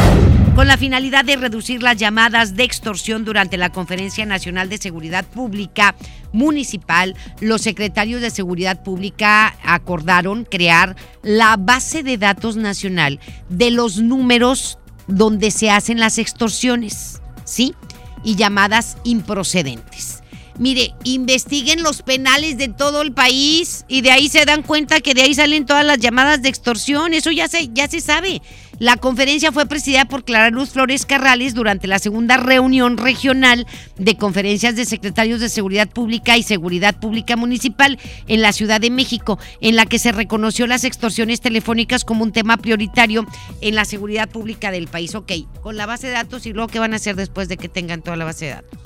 Con la finalidad de reducir las llamadas de extorsión durante la Conferencia Nacional de Seguridad Pública Municipal, los secretarios de Seguridad Pública acordaron crear la base de datos nacional de los números donde se hacen las extorsiones, ¿sí? Y llamadas improcedentes. Mire, investiguen los penales de todo el país y de ahí se dan cuenta que de ahí salen todas las llamadas de extorsión. Eso ya se, ya se sabe. La conferencia fue presidida por Clara Luz Flores Carrales durante la segunda reunión regional de conferencias de secretarios de Seguridad Pública y Seguridad Pública Municipal en la Ciudad de México, en la que se reconoció las extorsiones telefónicas como un tema prioritario en la seguridad pública del país. Ok, con la base de datos, y luego ¿qué van a hacer después de que tengan toda la base de datos?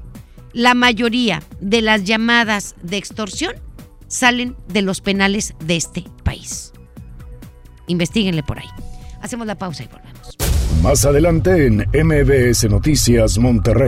La mayoría de las llamadas de extorsión salen de los penales de este país. Investíguenle por ahí. Hacemos la pausa y volvemos. Más adelante en M B S Noticias Monterrey.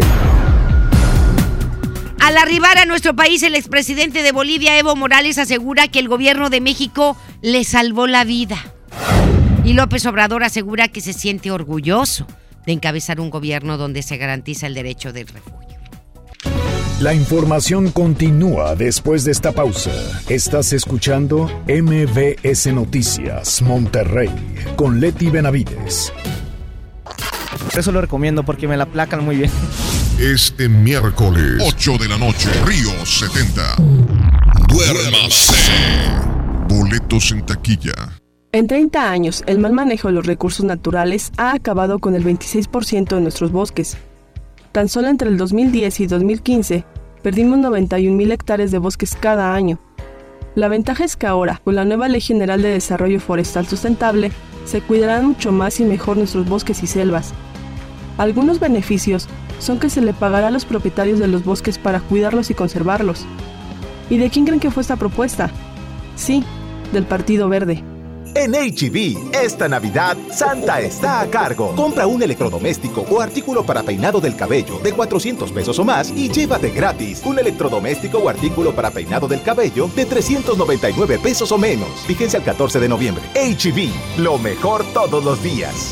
Al arribar a nuestro país, el expresidente de Bolivia, Evo Morales, asegura que el gobierno de México le salvó la vida. Y López Obrador asegura que se siente orgulloso de encabezar un gobierno donde se garantiza el derecho del refugio. La información continúa después de esta pausa. Estás escuchando M B S Noticias Monterrey con Leti Benavides. Eso lo recomiendo porque me la aplacan muy bien. Este miércoles, ocho de la noche, Río setenta. Duérmase. Boletos en taquilla. En treinta años, el mal manejo de los recursos naturales ha acabado con el veintiséis por ciento de nuestros bosques. Tan solo entre el dos mil diez y dos mil quince, perdimos noventa y un mil hectáreas de bosques cada año. La ventaja es que ahora, con la nueva Ley General de Desarrollo Forestal Sustentable, se cuidarán mucho más y mejor nuestros bosques y selvas. Algunos beneficios son que se le pagará a los propietarios de los bosques para cuidarlos y conservarlos. ¿Y de quién creen que fue esta propuesta? Sí, del Partido Verde. En H E B, esta Navidad, Santa está a cargo. Compra un electrodoméstico o artículo para peinado del cabello de cuatrocientos pesos o más y llévate gratis un electrodoméstico o artículo para peinado del cabello de trescientos noventa y nueve pesos o menos. Fíjense al catorce de noviembre. H E B, lo mejor todos los días.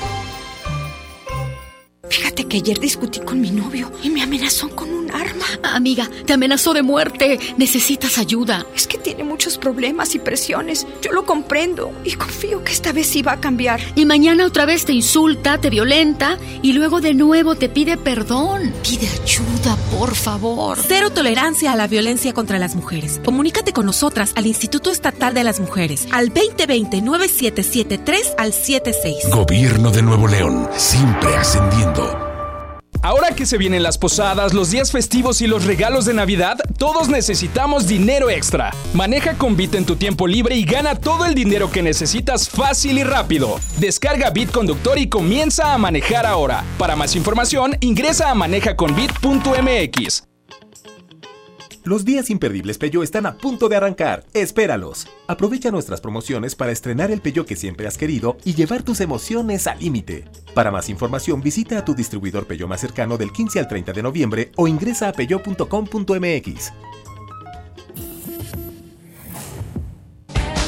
Fíjate que ayer discutí con mi novio y me amenazó con un arma. Amiga, te amenazó de muerte. Necesitas ayuda. Es que tiene muchos problemas y presiones. Yo lo comprendo y confío que esta vez sí va a cambiar. Y mañana otra vez te insulta, te violenta y luego de nuevo te pide perdón. Pide ayuda, por favor. Cero tolerancia a la violencia contra las mujeres. Comunícate con nosotras al Instituto Estatal de las Mujeres al veinte veinte, nueve siete siete tres al setenta y seis. Gobierno de Nuevo León, siempre ascendiendo. Ahora que se vienen las posadas, los días festivos y los regalos de Navidad, todos necesitamos dinero extra. Maneja con Bit en tu tiempo libre y gana todo el dinero que necesitas fácil y rápido. Descarga Bit Conductor y comienza a manejar ahora. Para más información, ingresa a maneja con bit punto m x. Los días imperdibles Peugeot están a punto de arrancar. Espéralos. Aprovecha nuestras promociones para estrenar el Peugeot que siempre has querido y llevar tus emociones al límite. Para más información, visita a tu distribuidor Peugeot más cercano del quince al treinta de noviembre o ingresa a peugeot punto com punto m x.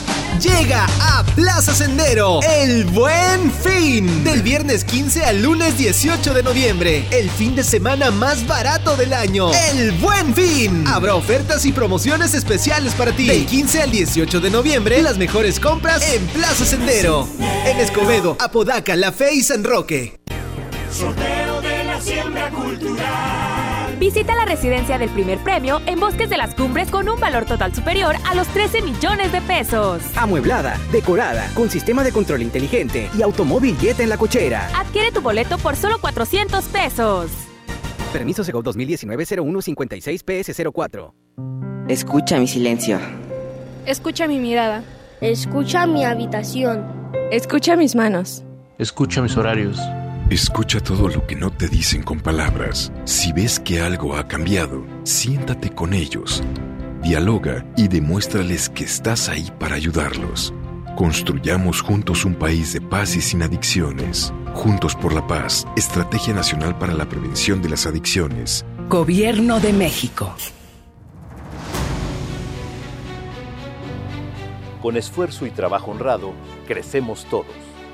Llega a Plaza Sendero el Buen Fin. Del viernes quince al lunes dieciocho de noviembre. El fin de semana más barato del año. El Buen Fin. Habrá ofertas y promociones especiales para ti. Del quince al dieciocho de noviembre, las mejores compras en Plaza Sendero. En Escobedo, Apodaca, La Fe y San Roque. Sorteo de la siembra cultural. Visita la residencia del primer premio en Bosques de las Cumbres con un valor total superior a los trece millones de pesos. Amueblada, decorada, con sistema de control inteligente y automóvil Jet en la cochera. Adquiere tu boleto por solo cuatrocientos pesos. Permiso Segov dos mil diecinueve cero uno cincuenta y seis P S cero cuatro. Escucha mi silencio. Escucha mi mirada. Escucha mi habitación. Escucha mis manos. Escucha mis horarios. Escucha todo lo que no te dicen con palabras. Si ves que algo ha cambiado, siéntate con ellos. Dialoga y demuéstrales que estás ahí para ayudarlos. Construyamos juntos un país de paz y sin adicciones. Juntos por la Paz, Estrategia Nacional para la Prevención de las Adicciones. Gobierno de México. Con esfuerzo y trabajo honrado, crecemos todos.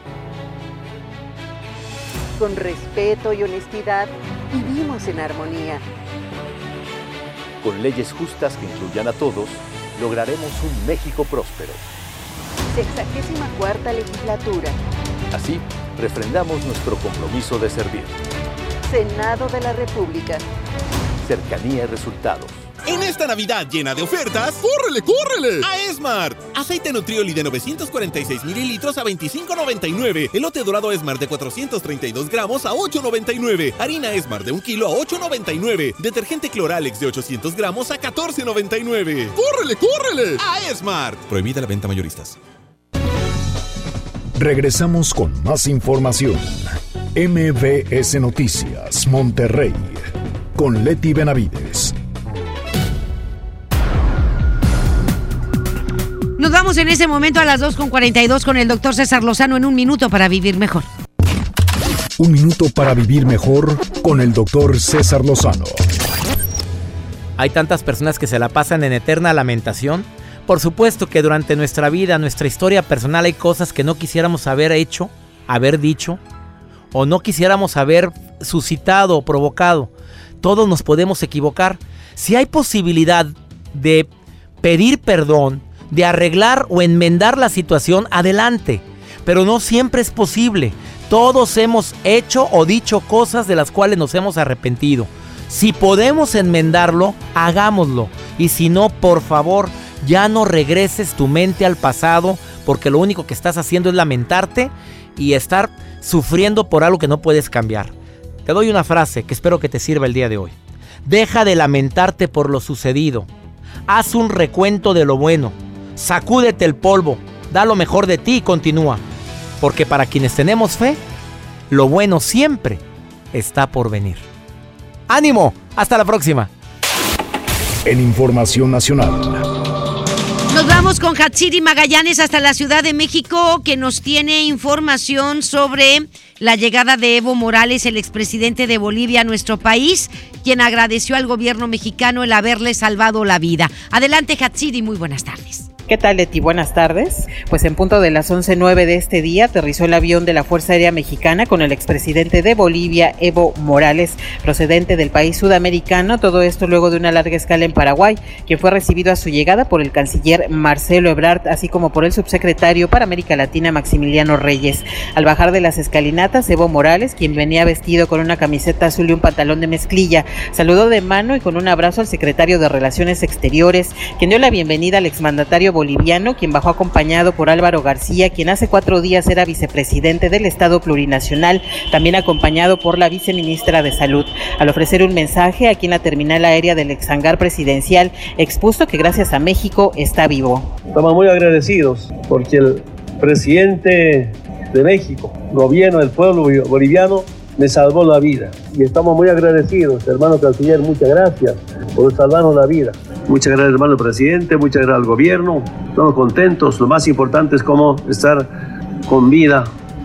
Con respeto y honestidad, vivimos en armonía. Con leyes justas que incluyan a todos, lograremos un México próspero. Sexagésima cuarta legislatura. Así, refrendamos nuestro compromiso de servir. Senado de la República. Cercanía y resultados. En esta Navidad llena de ofertas, ¡córrele, córrele! A Esmart. Aceite Nutrioli de novecientos cuarenta y seis mililitros a veinticinco noventa y nueve. Elote dorado Esmart de cuatrocientos treinta y dos gramos a ocho noventa y nueve. Harina Esmart de un kilo a ocho noventa y nueve. Detergente Cloralex de ochocientos gramos a catorce noventa y nueve. ¡Córrele, córrele! A Esmart. Prohibida la venta mayoristas. Regresamos con más información. M B S Noticias, Monterrey. Con Leti Benavides. Nos vamos en ese momento a las dos con cuarenta y dos con el doctor César Lozano en Un Minuto para Vivir Mejor. Un minuto para vivir mejor con el doctor César Lozano. Hay tantas personas que se la pasan en eterna lamentación. Por supuesto que durante nuestra vida, nuestra historia personal, hay cosas que no quisiéramos haber hecho, haber dicho, o no quisiéramos haber suscitado o provocado. Todos nos podemos equivocar. Si hay posibilidad de pedir perdón, de arreglar o enmendar la situación, adelante. Pero no siempre es posible. Todos hemos hecho o dicho cosas de las cuales nos hemos arrepentido. Si podemos enmendarlo, hagámoslo. Y si no, por favor, ya no regreses tu mente al pasado, porque lo único que estás haciendo es lamentarte y estar sufriendo por algo que no puedes cambiar. Te doy una frase que espero que te sirva el día de hoy. Deja de lamentarte por lo sucedido. Haz un recuento de lo bueno. Sacúdete el polvo, da lo mejor de ti y continúa. Porque para quienes tenemos fe, lo bueno siempre está por venir. ¡Ánimo! ¡Hasta la próxima! En Información Nacional. Nos vamos con Hatsiri Magallanes hasta la Ciudad de México, que nos tiene información sobre la llegada de Evo Morales, el expresidente de Bolivia, a nuestro país, quien agradeció al gobierno mexicano el haberle salvado la vida. Adelante, Hatsiri, muy buenas tardes. ¿Qué tal, Leti? Buenas tardes. Pues en punto de las once nueve de este día aterrizó el avión de la Fuerza Aérea Mexicana con el expresidente de Bolivia, Evo Morales, procedente del país sudamericano. Todo esto luego de una larga escala en Paraguay, quien fue recibido a su llegada por el canciller Marcelo Ebrard, así como por el subsecretario para América Latina, Maximiliano Reyes. Al bajar de las escalinatas, Evo Morales, quien venía vestido con una camiseta azul y un pantalón de mezclilla, saludó de mano y con un abrazo al secretario de Relaciones Exteriores, quien dio la bienvenida al exmandatario boliviano, quien bajó acompañado por Álvaro García, quien hace cuatro días era vicepresidente del Estado Plurinacional, también acompañado por la viceministra de Salud. Al ofrecer un mensaje aquí en la terminal aérea del ex hangar presidencial, expuso que gracias a México está vivo. Estamos muy agradecidos porque el presidente de México, gobierno del pueblo boliviano, me salvó la vida. Y estamos muy agradecidos, hermano canciller, muchas gracias por salvarnos la vida. Muchas gracias, hermano presidente, muchas gracias al gobierno. Estamos contentos, lo más importante es cómo estar con vida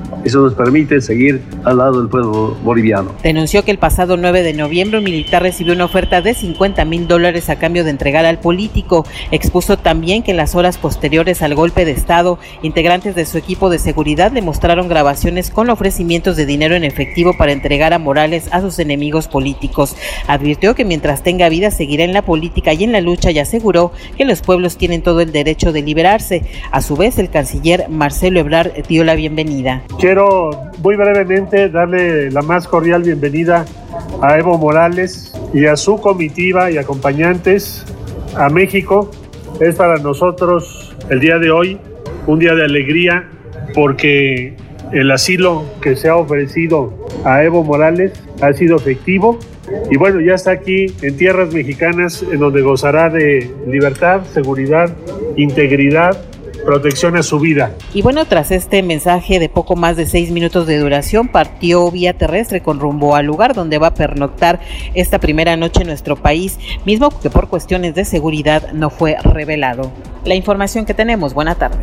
Eso nos permite seguir al lado del pueblo boliviano. Denunció que el pasado nueve de noviembre un militar recibió una oferta de cincuenta mil dólares a cambio de entregar al político. Expuso también que en las horas posteriores al golpe de Estado, integrantes de su equipo de seguridad le mostraron grabaciones con ofrecimientos de dinero en efectivo para entregar a Morales a sus enemigos políticos. Advirtió que mientras tenga vida seguirá en la política y en la lucha y aseguró que los pueblos tienen todo el derecho de liberarse. A su vez, el canciller Marcelo Ebrard dio la bienvenida. Quiero muy brevemente darle la más cordial bienvenida a Evo Morales y a su comitiva y acompañantes a México. Es para nosotros el día de hoy un día de alegría porque el asilo que se ha ofrecido a Evo Morales ha sido efectivo y bueno, ya está aquí en tierras mexicanas en donde gozará de libertad, seguridad, integridad, protección a su vida. Y bueno, tras este mensaje de poco más de seis minutos de duración, partió vía terrestre con rumbo al lugar donde va a pernoctar esta primera noche en nuestro país, mismo que por cuestiones de seguridad no fue revelado. La información que tenemos, buena tarde.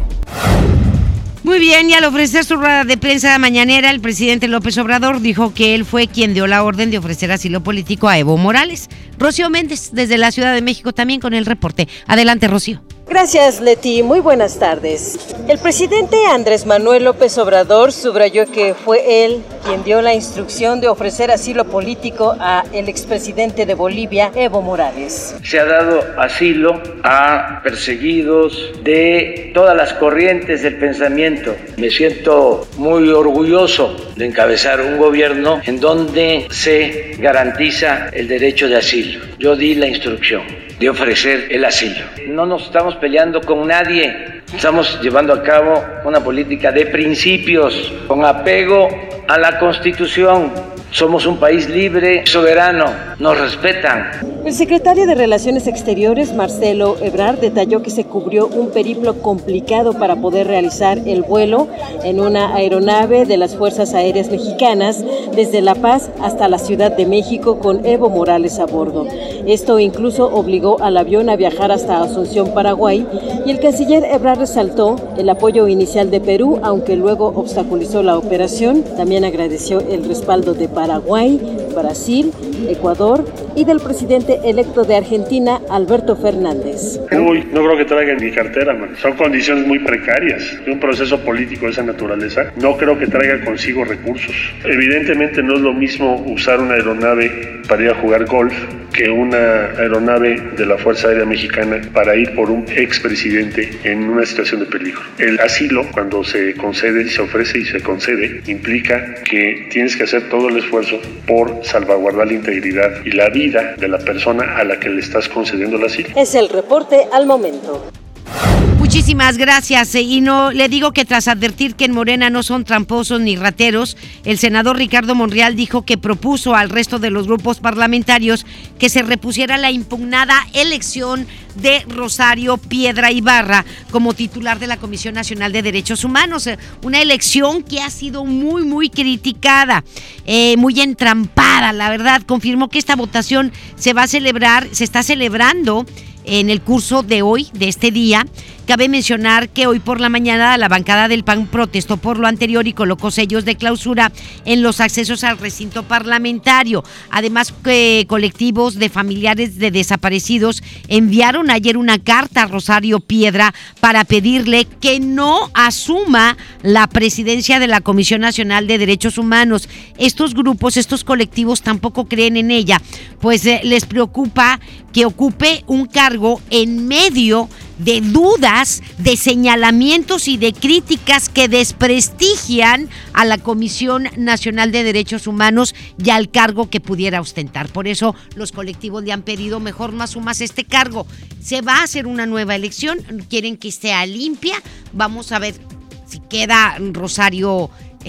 Muy bien, y al ofrecer su rueda de prensa mañanera, el presidente López Obrador dijo que él fue quien dio la orden de ofrecer asilo político a Evo Morales. Rocío Méndez, desde la Ciudad de México, también con el reporte. Adelante, Rocío. Gracias, Leti. Muy buenas tardes. El presidente Andrés Manuel López Obrador subrayó que fue él quien dio la instrucción de ofrecer asilo político a el expresidente de Bolivia, Evo Morales. Se ha dado asilo a perseguidos de todas las corrientes del pensamiento. Me siento muy orgulloso de encabezar un gobierno en donde se garantiza el derecho de asilo. Yo di la instrucción de ofrecer el asilo. No nos estamos peleando con nadie, estamos llevando a cabo una política de principios, con apego a la Constitución. Somos un país libre, soberano, nos respetan. El secretario de Relaciones Exteriores, Marcelo Ebrard, detalló que se cubrió un periplo complicado para poder realizar el vuelo en una aeronave de las Fuerzas Aéreas Mexicanas desde La Paz hasta la Ciudad de México con Evo Morales a bordo. Esto incluso obligó al avión a viajar hasta Asunción, Paraguay, y el canciller Ebrard resaltó el apoyo inicial de Perú, aunque luego obstaculizó la operación. También agradeció el respaldo de Paraguay, Brasil, Ecuador y del presidente electo de Argentina, Alberto Fernández. Uy, no creo que traigan mi cartera, man. Son condiciones muy precarias de un proceso político de esa naturaleza. No creo que traiga consigo recursos. Evidentemente no es lo mismo usar una aeronave para ir a jugar golf que una aeronave de la Fuerza Aérea Mexicana para ir por un expresidente en una situación de peligro. El asilo, cuando se concede, se ofrece y se concede, implica que tienes que hacer todo el esfuerzo por salvaguardar la integridad y la vida de la persona a la que le estás concediendo el asilo. Es el reporte al momento. Muchísimas gracias. Y no le digo que tras advertir que en Morena no son tramposos ni rateros, el senador Ricardo Monreal dijo que propuso al resto de los grupos parlamentarios que se repusiera la impugnada elección de Rosario Piedra Ibarra como titular de la Comisión Nacional de Derechos Humanos. Una elección que ha sido muy, muy criticada, eh, muy entrampada, la verdad. Confirmó que esta votación se va a celebrar, se está celebrando en el curso de hoy, de este día. Cabe mencionar que hoy por la mañana la bancada del P A N protestó por lo anterior y colocó sellos de clausura en los accesos al recinto parlamentario. Además, eh, colectivos de familiares de desaparecidos enviaron ayer una carta a Rosario Piedra para pedirle que no asuma la presidencia de la Comisión Nacional de Derechos Humanos. Estos grupos, estos colectivos tampoco creen en ella, pues eh, les preocupa que ocupe un cargo en medio de dudas, de señalamientos y de críticas que desprestigian a la Comisión Nacional de Derechos Humanos y al cargo que pudiera ostentar. Por eso los colectivos le han pedido mejor no asumas este cargo. Se va a hacer una nueva elección, quieren que sea limpia. Vamos a ver si queda Rosario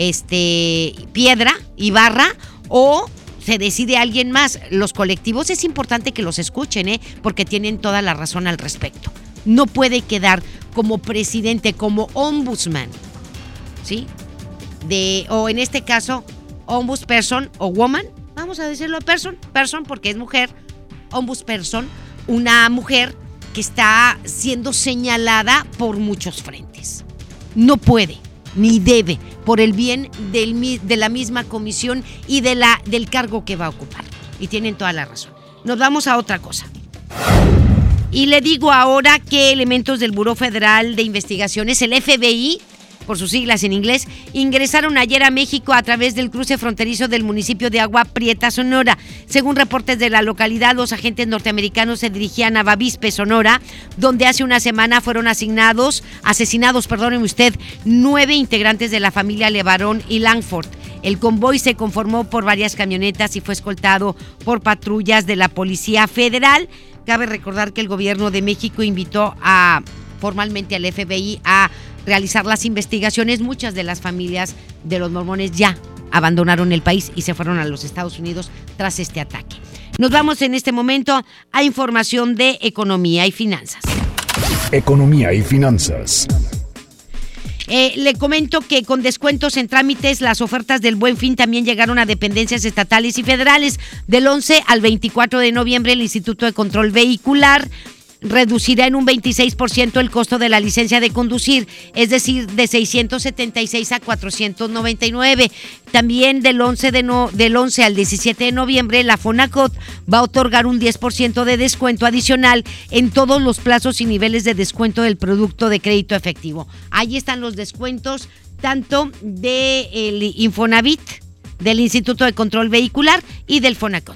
este, Piedra Ibarra o se decide alguien más. Los colectivos es importante que los escuchen, ¿eh? Porque tienen toda la razón al respecto. No puede quedar como presidente, como ombudsman, ¿sí? De, o en este caso, ombudsperson o woman, vamos a decirlo person, person porque es mujer, ombudsperson, una mujer que está siendo señalada por muchos frentes. No puede, ni debe, por el bien del, de la misma comisión y de la, del cargo que va a ocupar. Y tienen toda la razón. Nos vamos a otra cosa. Y le digo ahora que elementos del Buró Federal de Investigaciones, el F B I, por sus siglas en inglés, ingresaron ayer a México a través del cruce fronterizo del municipio de Agua Prieta, Sonora. Según reportes de la localidad, los agentes norteamericanos se dirigían a Bavispe, Sonora, donde hace una semana fueron asignados, asesinados, perdóneme usted, nueve integrantes de la familia Levarón y Langford. El convoy se conformó por varias camionetas y fue escoltado por patrullas de la Policía Federal. Cabe recordar que el gobierno de México invitó a formalmente al F B I a realizar las investigaciones. Muchas de las familias de los mormones ya abandonaron el país y se fueron a los Estados Unidos tras este ataque. Nos vamos en este momento a información de economía y finanzas. Economía y finanzas. Eh, le comento que con descuentos en trámites, las ofertas del Buen Fin también llegaron a dependencias estatales y federales. Del once al veinticuatro de noviembre, el Instituto de Control Vehicular reducirá en un veintiséis por ciento el costo de la licencia de conducir, es decir, de seiscientos setenta y seis a cuatrocientos noventa y nueve. También del once, de no, del once al diecisiete de noviembre, la Fonacot va a otorgar un diez por ciento de descuento adicional en todos los plazos y niveles de descuento del producto de crédito efectivo. Ahí están los descuentos tanto del Infonavit, del Instituto de Control Vehicular y del Fonacot.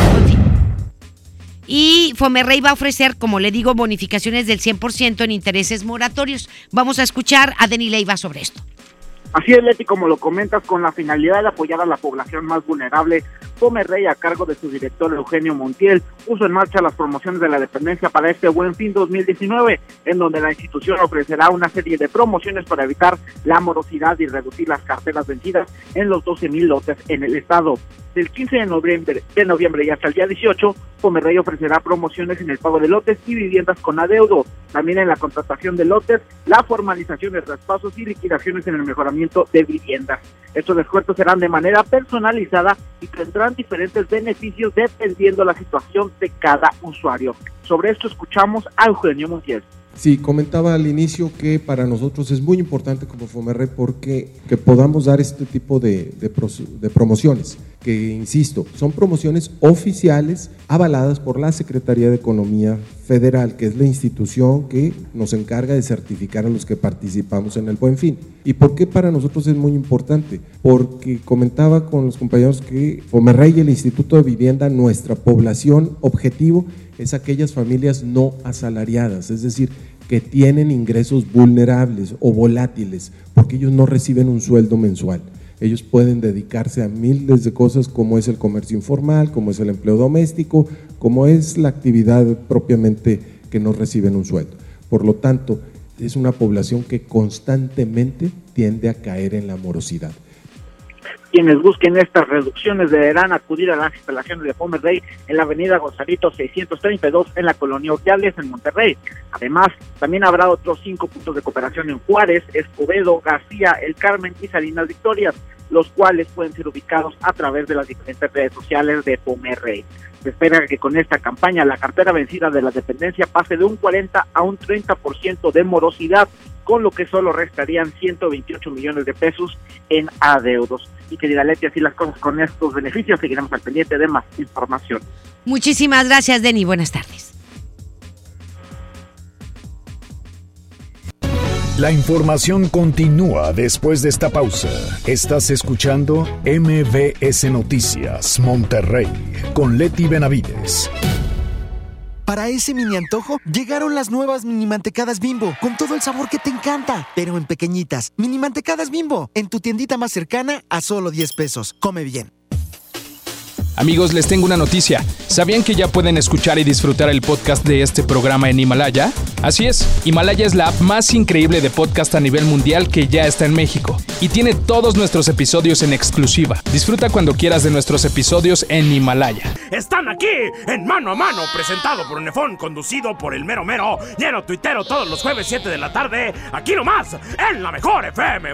Y Fomerrey va a ofrecer, como le digo, bonificaciones del cien por ciento en intereses moratorios. Vamos a escuchar a Denny Leiva sobre esto. Así es, Leti, como lo comentas, con la finalidad de apoyar a la población más vulnerable, Fomerrey, a cargo de su director Eugenio Montiel, puso en marcha las promociones de la dependencia para este Buen Fin dos mil diecinueve, en donde la institución ofrecerá una serie de promociones para evitar la morosidad y reducir las carteras vencidas en los doce mil lotes en el estado. Del quince de noviembre, de noviembre y hasta el día dieciocho, Fomerrey ofrecerá promociones en el pago de lotes y viviendas con adeudo, también en la contratación de lotes, la formalización de traspasos y liquidaciones en el mejoramiento de viviendas. Estos descuentos serán de manera personalizada y tendrán diferentes beneficios dependiendo la situación de cada usuario. Sobre esto escuchamos a Eugenio Montiel. Sí, comentaba al inicio que para nosotros es muy importante como Fomerrey porque que podamos dar este tipo de, de, de promociones, que insisto, son promociones oficiales avaladas por la Secretaría de Economía Federal, que es la institución que nos encarga de certificar a los que participamos en el Buen Fin. ¿Y por qué para nosotros es muy importante? Porque comentaba con los compañeros que Fomerrey y el Instituto de Vivienda, nuestra población objetivo es aquellas familias no asalariadas, es decir, que tienen ingresos vulnerables o volátiles, porque ellos no reciben un sueldo mensual. Ellos pueden dedicarse a miles de cosas como es el comercio informal, como es el empleo doméstico, como es la actividad propiamente que no reciben un sueldo. Por lo tanto, es una población que constantemente tiende a caer en la morosidad. Quienes busquen estas reducciones deberán acudir a las instalaciones de Fomerrey en la avenida Gonzalito seiscientos treinta y dos en la colonia Ordiales en Monterrey. Además, también habrá otros cinco puntos de cooperación en Juárez, Escobedo, García, El Carmen y Salinas Victorias, los cuales pueden ser ubicados a través de las diferentes redes sociales de Fomerrey. Se espera que con esta campaña la cartera vencida de la dependencia pase de un cuarenta a un treinta por ciento de morosidad, con lo que solo restarían ciento veintiocho millones de pesos en adeudos. Y querida Leti, así las cosas con estos beneficios, seguiremos al pendiente de más información. Muchísimas gracias, Denny. Buenas tardes. La información continúa después de esta pausa. Estás escuchando M V S Noticias Monterrey con Leti Benavides. Para ese mini antojo, llegaron las nuevas mini mantecadas Bimbo, con todo el sabor que te encanta, pero en pequeñitas. Mini mantecadas Bimbo, en tu tiendita más cercana a solo diez pesos. Come bien. Amigos, les tengo una noticia. ¿Sabían que ya pueden escuchar y disfrutar el podcast de este programa en Himalaya? Así es, Himalaya es la app más increíble de podcast a nivel mundial que ya está en México y tiene todos nuestros episodios en exclusiva. Disfruta cuando quieras de nuestros episodios en Himalaya. Están aquí en Mano a Mano, presentado por Unefón, conducido por el mero mero, lleno tuitero todos los jueves siete de la tarde, aquí nomás, en la mejor F M.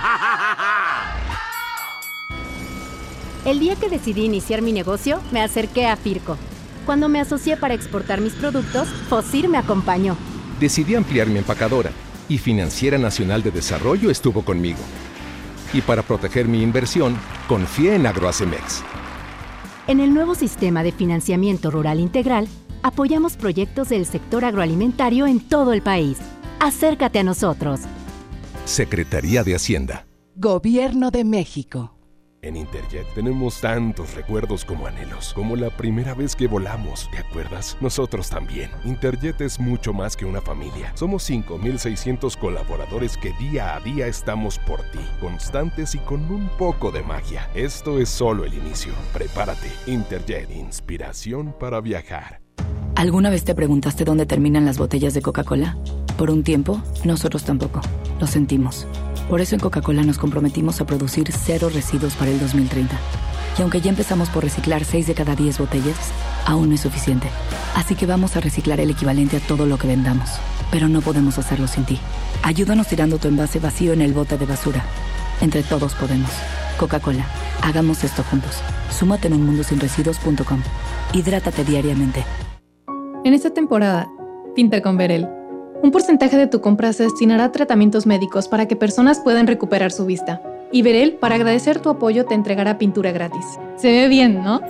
El día que decidí iniciar mi negocio, me acerqué a Firco. Cuando me asocié para exportar mis productos, Fosir me acompañó. Decidí ampliar mi empacadora y Financiera Nacional de Desarrollo estuvo conmigo. Y para proteger mi inversión, confié en Agroacemex. En el nuevo sistema de financiamiento rural integral, apoyamos proyectos del sector agroalimentario en todo el país. Acércate a nosotros. Secretaría de Hacienda. Gobierno de México. En Interjet tenemos tantos recuerdos como anhelos, como la primera vez que volamos, ¿te acuerdas? Nosotros también. Interjet es mucho más que una familia. Somos cinco mil seiscientos colaboradores que día a día estamos por ti, constantes y con un poco de magia. Esto es solo el inicio. Prepárate. Interjet, inspiración para viajar. ¿Alguna vez te preguntaste dónde terminan las botellas de Coca-Cola? Por un tiempo, nosotros tampoco. Lo sentimos. Por eso en Coca-Cola nos comprometimos a producir cero residuos para el dos mil treinta. Y aunque ya empezamos por reciclar seis de cada diez botellas, aún no es suficiente. Así que vamos a reciclar el equivalente a todo lo que vendamos. Pero no podemos hacerlo sin ti. Ayúdanos tirando tu envase vacío en el bote de basura. Entre todos podemos. Coca-Cola. Hagamos esto juntos. Súmate en un mundo sin residuos punto com. Hidrátate diariamente. En esta temporada, pinta con Verel. Un porcentaje de tu compra se destinará a tratamientos médicos para que personas puedan recuperar su vista. Y Verel, para agradecer tu apoyo, te entregará pintura gratis. Se ve bien, ¿no?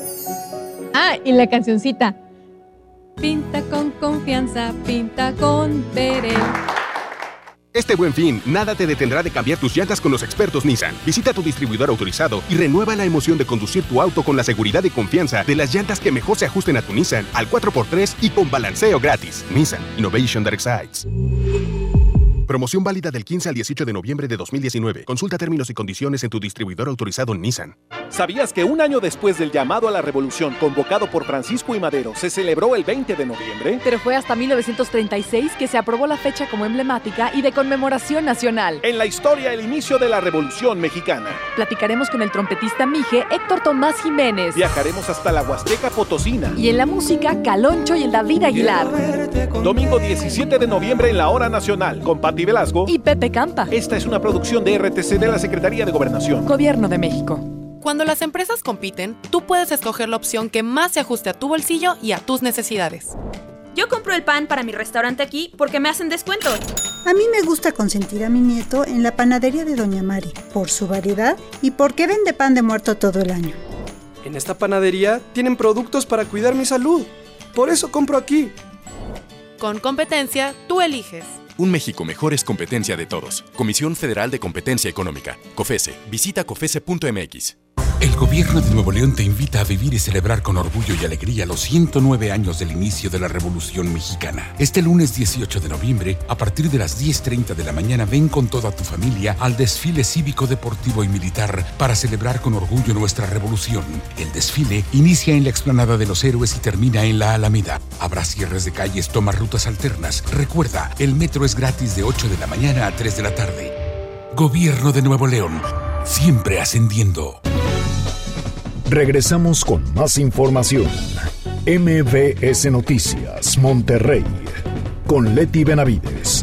Ah, y la cancioncita. Pinta con confianza, pinta con Verel. Este Buen Fin, nada te detendrá de cambiar tus llantas con los expertos Nissan. Visita tu distribuidor autorizado y renueva la emoción de conducir tu auto con la seguridad y confianza de las llantas que mejor se ajusten a tu Nissan al cuatro por tres y con balanceo gratis. Nissan Innovation that excites. Promoción válida del quince al dieciocho de noviembre de dos mil diecinueve. Consulta términos y condiciones en tu distribuidor autorizado Nissan. ¿Sabías que un año después del llamado a la revolución convocado por Francisco I. Madero se celebró el veinte de noviembre? Pero fue hasta mil novecientos treinta y seis que se aprobó la fecha como emblemática y de conmemoración nacional. En la historia, el inicio de la Revolución Mexicana. Platicaremos con el trompetista Mije Héctor Tomás Jiménez. Viajaremos hasta la Huasteca Potosina. Y en la música, Caloncho y el David Aguilar. Domingo diecisiete de noviembre en la Hora Nacional, con Pati Velasco y Pepe Campa. Esta es una producción de R T C de la Secretaría de Gobernación. Gobierno de México. Cuando las empresas compiten, tú puedes escoger la opción que más se ajuste a tu bolsillo y a tus necesidades. Yo compro el pan para mi restaurante aquí porque me hacen descuento. A mí me gusta consentir a mi nieto en la panadería de Doña Mari, por su variedad y porque vende pan de muerto todo el año. En esta panadería tienen productos para cuidar mi salud. Por eso compro aquí. Con competencia, tú eliges. Un México mejor es competencia de todos. Comisión Federal de Competencia Económica. COFESE. Visita cofese punto m x. El gobierno de Nuevo León te invita a vivir y celebrar con orgullo y alegría los ciento nueve años del inicio de la Revolución Mexicana. Este lunes dieciocho de noviembre, a partir de las diez treinta de la mañana, ven con toda tu familia al desfile cívico, deportivo y militar para celebrar con orgullo nuestra revolución. El desfile inicia en la explanada de los Héroes y termina en la Alameda. Habrá cierres de calles, toma rutas alternas. Recuerda, el metro es gratis de ocho de la mañana a tres de la tarde. Gobierno de Nuevo León, siempre ascendiendo. Regresamos con más información. M B S Noticias, Monterrey, con Leti Benavides.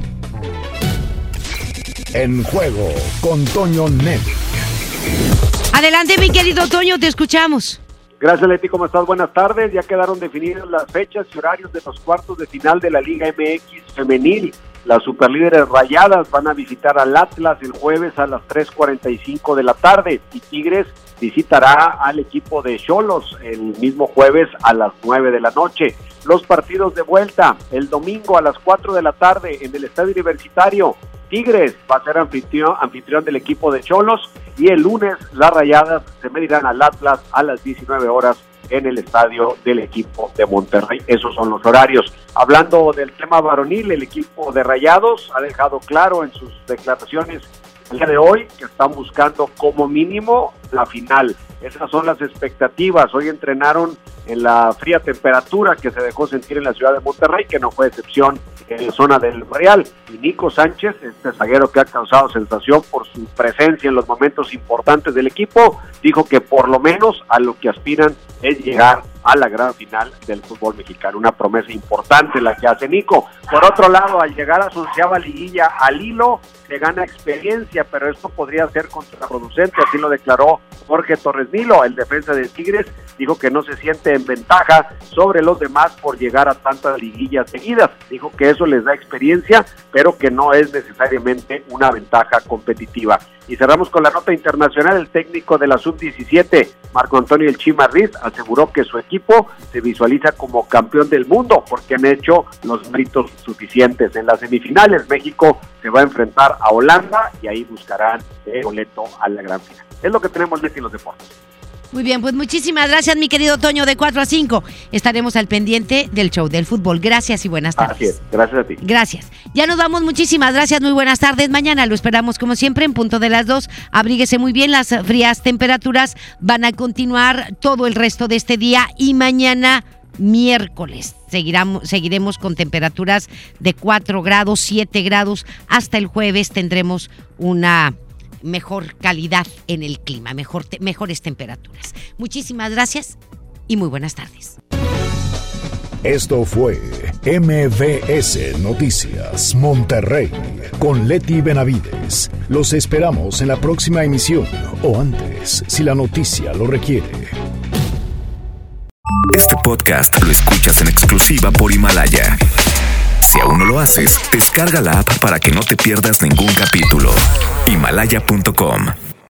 En juego con Toño Net. Adelante, mi querido Toño, te escuchamos. Gracias, Leti, ¿cómo estás? Buenas tardes. Ya quedaron definidas las fechas y horarios de los cuartos de final de la Liga M X Femenil. Las superlíderes Rayadas van a visitar al Atlas el jueves a las tres cuarenta y cinco de la tarde y Tigres visitará al equipo de Xolos el mismo jueves a las nueve de la noche. Los partidos de vuelta el domingo a las cuatro de la tarde en el Estadio Universitario. Tigres va a ser anfitrión, anfitrión del equipo de Xolos y el lunes las Rayadas se medirán al Atlas a las diecinueve horas en el estadio del equipo de Monterrey. Esos son los horarios. Hablando del tema varonil, el equipo de Rayados ha dejado claro en sus declaraciones el día de hoy que están buscando como mínimo la final. Esas son las expectativas. Hoy entrenaron en la fría temperatura que se dejó sentir en la ciudad de Monterrey, que no fue excepción en la zona del Real. Y Nico Sánchez, este zaguero que ha causado sensación por su presencia en los momentos importantes del equipo, dijo que por lo menos a lo que aspiran es llegar a la gran final del fútbol mexicano. Una promesa importante la que hace Nico. Por otro lado, al llegar a su onceava liguilla al hilo, se gana experiencia, pero esto podría ser contraproducente, así lo declaró Jorge Torres Nilo, el defensa de Tigres, dijo que no se siente en ventaja sobre los demás por llegar a tantas liguillas seguidas. Dijo que eso les da experiencia, pero que no es necesariamente una ventaja competitiva. Y cerramos con la nota internacional. El técnico de la sub diecisiete, Marco Antonio El Chima Riz, aseguró que su equipo se visualiza como campeón del mundo porque han hecho los méritos suficientes. En las semifinales, México se va a enfrentar a Holanda y ahí buscarán el boleto a la gran final. Es lo que tenemos en los deportes. Muy bien, pues muchísimas gracias, mi querido Toño, de cuatro a cinco. Estaremos al pendiente del show del fútbol. Gracias y buenas tardes. Así es, gracias a ti. Gracias. Ya nos vamos, muchísimas gracias, muy buenas tardes. Mañana lo esperamos como siempre en punto de las dos. Abríguese muy bien, las frías temperaturas van a continuar todo el resto de este día y mañana miércoles. Seguiremos, seguiremos con temperaturas de cuatro grados, siete grados. Hasta el jueves tendremos una mejor calidad en el clima, mejor te, mejores temperaturas. Muchísimas gracias y muy buenas tardes. Esto fue M V S Noticias Monterrey con Leti Benavides. Los esperamos en la próxima emisión o antes, si la noticia lo requiere. Este podcast lo escuchas en exclusiva por Himalaya. Si aún no lo haces, descarga la app para que no te pierdas ningún capítulo. Himalaya punto com